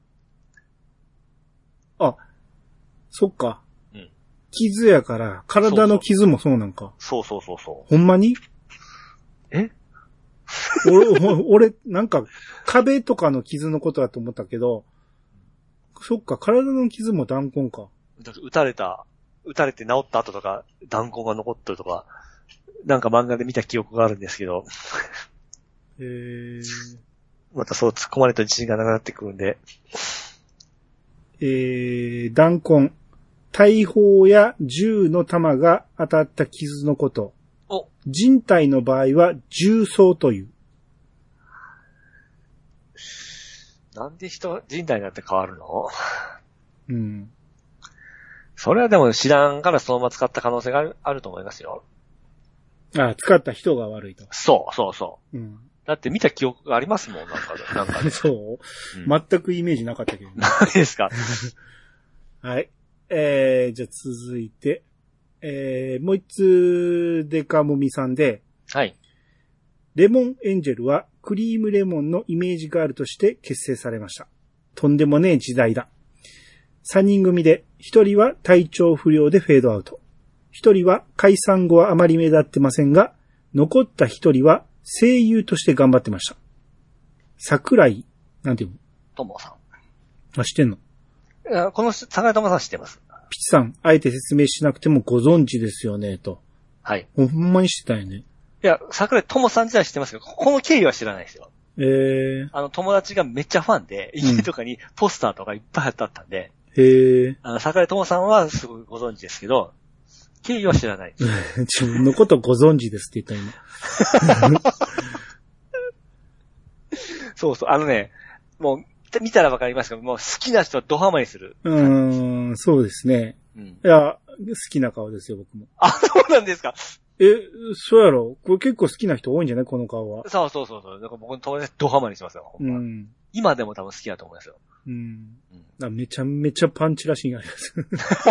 あ、そっか。傷やから、体の傷もそうなんか。 そうそうそうそう。 ほんまに？ え俺、俺、なんか、壁とかの傷のことだと思ったけど、そっか、体の傷も弾痕か。 撃たれた、撃たれて治った後とか、弾痕が残ってるとか、なんか漫画で見た記憶があるんですけど。 へー。 またそう突っ込まれた自信がなくなってくるんで。 えー、弾痕。大砲や銃の弾が当たった傷のこと。 お人体の場合は銃創という。 なんで人、人体になって変わるの？ うん。 それはでも知らんからそのまま使った可能性がある、あると思いますよ。 ああ、使った人が悪いと。 そうそうそう。 うん。 だって見た記憶がありますもん、なんかで。なんかでそう、うん、全くイメージなかったけど、ね。 何ですかはい。えー、じゃあ続いて、えー、もう一つデカモミさんで、 はい。 レモンエンジェルはクリームレモンのイメージガールとして結成されました。とんでもねえ時代だ。三人組で、一人は体調不良でフェードアウト。一人は解散後はあまり目立ってませんが、残った一人は声優として頑張ってました。桜井、なんていうの？ ともさん。あ、知ってんの？ いや、この桜井ともさん知ってます。 ピチさん、あえて説明しなくてもご存知ですよね、と。 はい。 ほんまに知ってたよね。 いや、桜井ともさん自体知ってますけど、この経緯は知らないですよ。 えー。 あの、友達がめっちゃファンで、家とかにポスターとかいっぱいあったんで、 うん、へー。 あの、桜井ともさんはすごいご存知ですけど、経緯は知らないです。 自分のことご存知ですって言った今。 そうそう、あのね、もう、見たらわかりますけど、もう好きな人はドハマりする。 うーん、そうですね。うん、いや、好きな顔ですよ、僕も。 あ、そうなんですか。 え、そうやろ？これ結構好きな人多いんじゃないこの顔は。 そうそうそうそう。だから僕の友達ドハマりしますよ、ほんま。うん、今でも多分好きだと思いますよ。 うん。うん、めちゃめちゃパンチらしいがあります。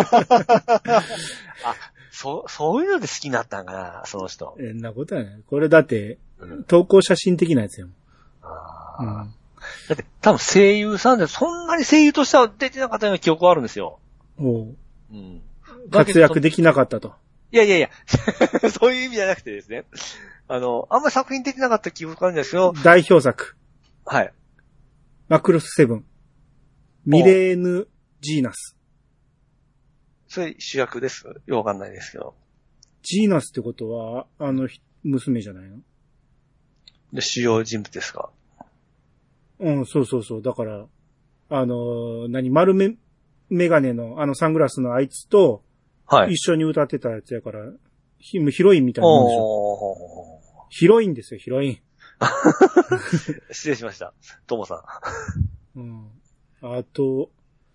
あ、そう、そういうので好きになったんかな、その人。 えんなことはない。これだって、うん、投稿写真的なやつよ。あうん、だって多分声優さんでそんなに声優としては出てなかったような記憶があるんですよ。 おう、うん。活躍できなかったと。 いいやいやいや、そういう意味じゃなくてですね。あの、あんまり作品出てなかった記憶あるんですけど。 代表作。 はい。 マクロスセブン。ミレーヌ・ジーナス。 それ主役です？よくわかんないですけど。 ジーナスってことは、あの、娘じゃないの？ で、主要人物ですか？ うん、そうそうそう。だから、あの、何、丸め、メガネの、あのサングラスのあいつと、はい。一緒に歌ってたやつやから、ヒロインみたいなもんでしょ。ヒロインですよ、ヒロイン。 失礼しました。トモさん。うん。あと、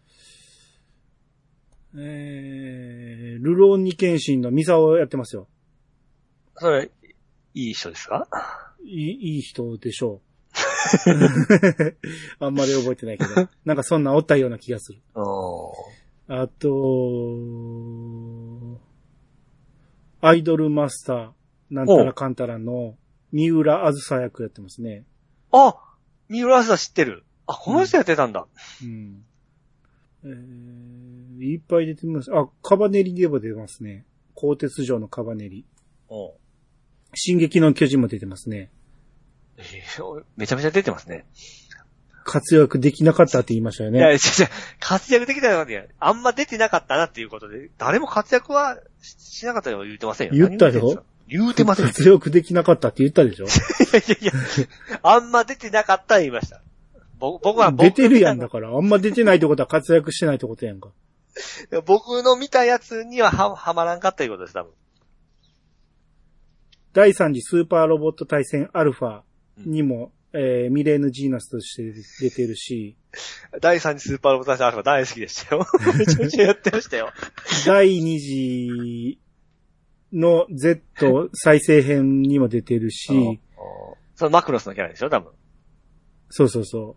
えー、ルローニケンシンのミサをやってますよ。 それ、いい人ですか？ いい、いい人でしょう。あんまり覚えてないけど。なんかそんなおったような気がする。あと、アイドルマスター、なんたらかんたらの、三浦あずさ役やってますね。 あ、三浦あずさ知ってる。あ、この人やってたんだ。うん。 えー、いっぱい出てます。あ、カバネリでも出ますね。鋼鉄城のカバネリ。お進撃の巨人も出てますね。 えー、めちゃめちゃ出てますね。 活躍できなかったって言いましたよね。 いや、違う違う、活躍できなかった。あんま出てなかったなっていうことで、誰も活躍はしなかったよ言ってませんよ。 言ったよ。 言うてません。 活躍できなかったって言ったでしょ。いやいやいや、あんま出てなかった言いました。僕は僕出てるやんだから、あんま出てないってことは活躍してないってことやんか。 僕の見たやつには は, はまらんかったいうことです、多分。 だいさん次スーパーロボット対戦アルファにも、うんえー、ミレーヌ・ジーナスとして出てるし。 だいさん次スーパーロボット対戦アルファ大好きでしたよ。めちゃめちゃやってましたよ。 だいに次の Z 再生編にも出てるし。 そのマクロスのキャラでしょ、多分。 そうそうそう。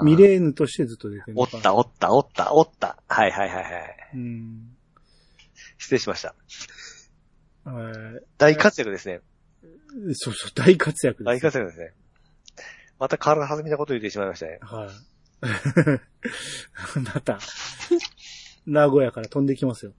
ミレーヌとしてずっと出てる。 おった、おった、おった、おった。はいはいはいはい。うん、失礼しました。大活躍ですね。 そうそう、大活躍です。 大活躍ですね。また体弾みなこと言ってしまいましたね。はい。 また、名古屋から飛んできますよ。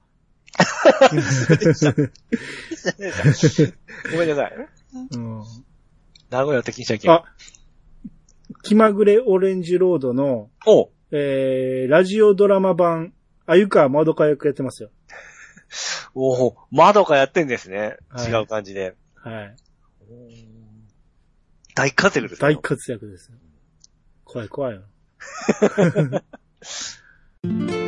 ごめんなさい。うん、名古屋敵にしちゃいけん。 あ、気まぐれオレンジロードの、おえー、ラジオドラマ版、あゆかまどか役やってますよ。 おお、まどかやってんですね。はい、違う感じで。はい。大活躍ですね。大活躍です。怖い怖いよ。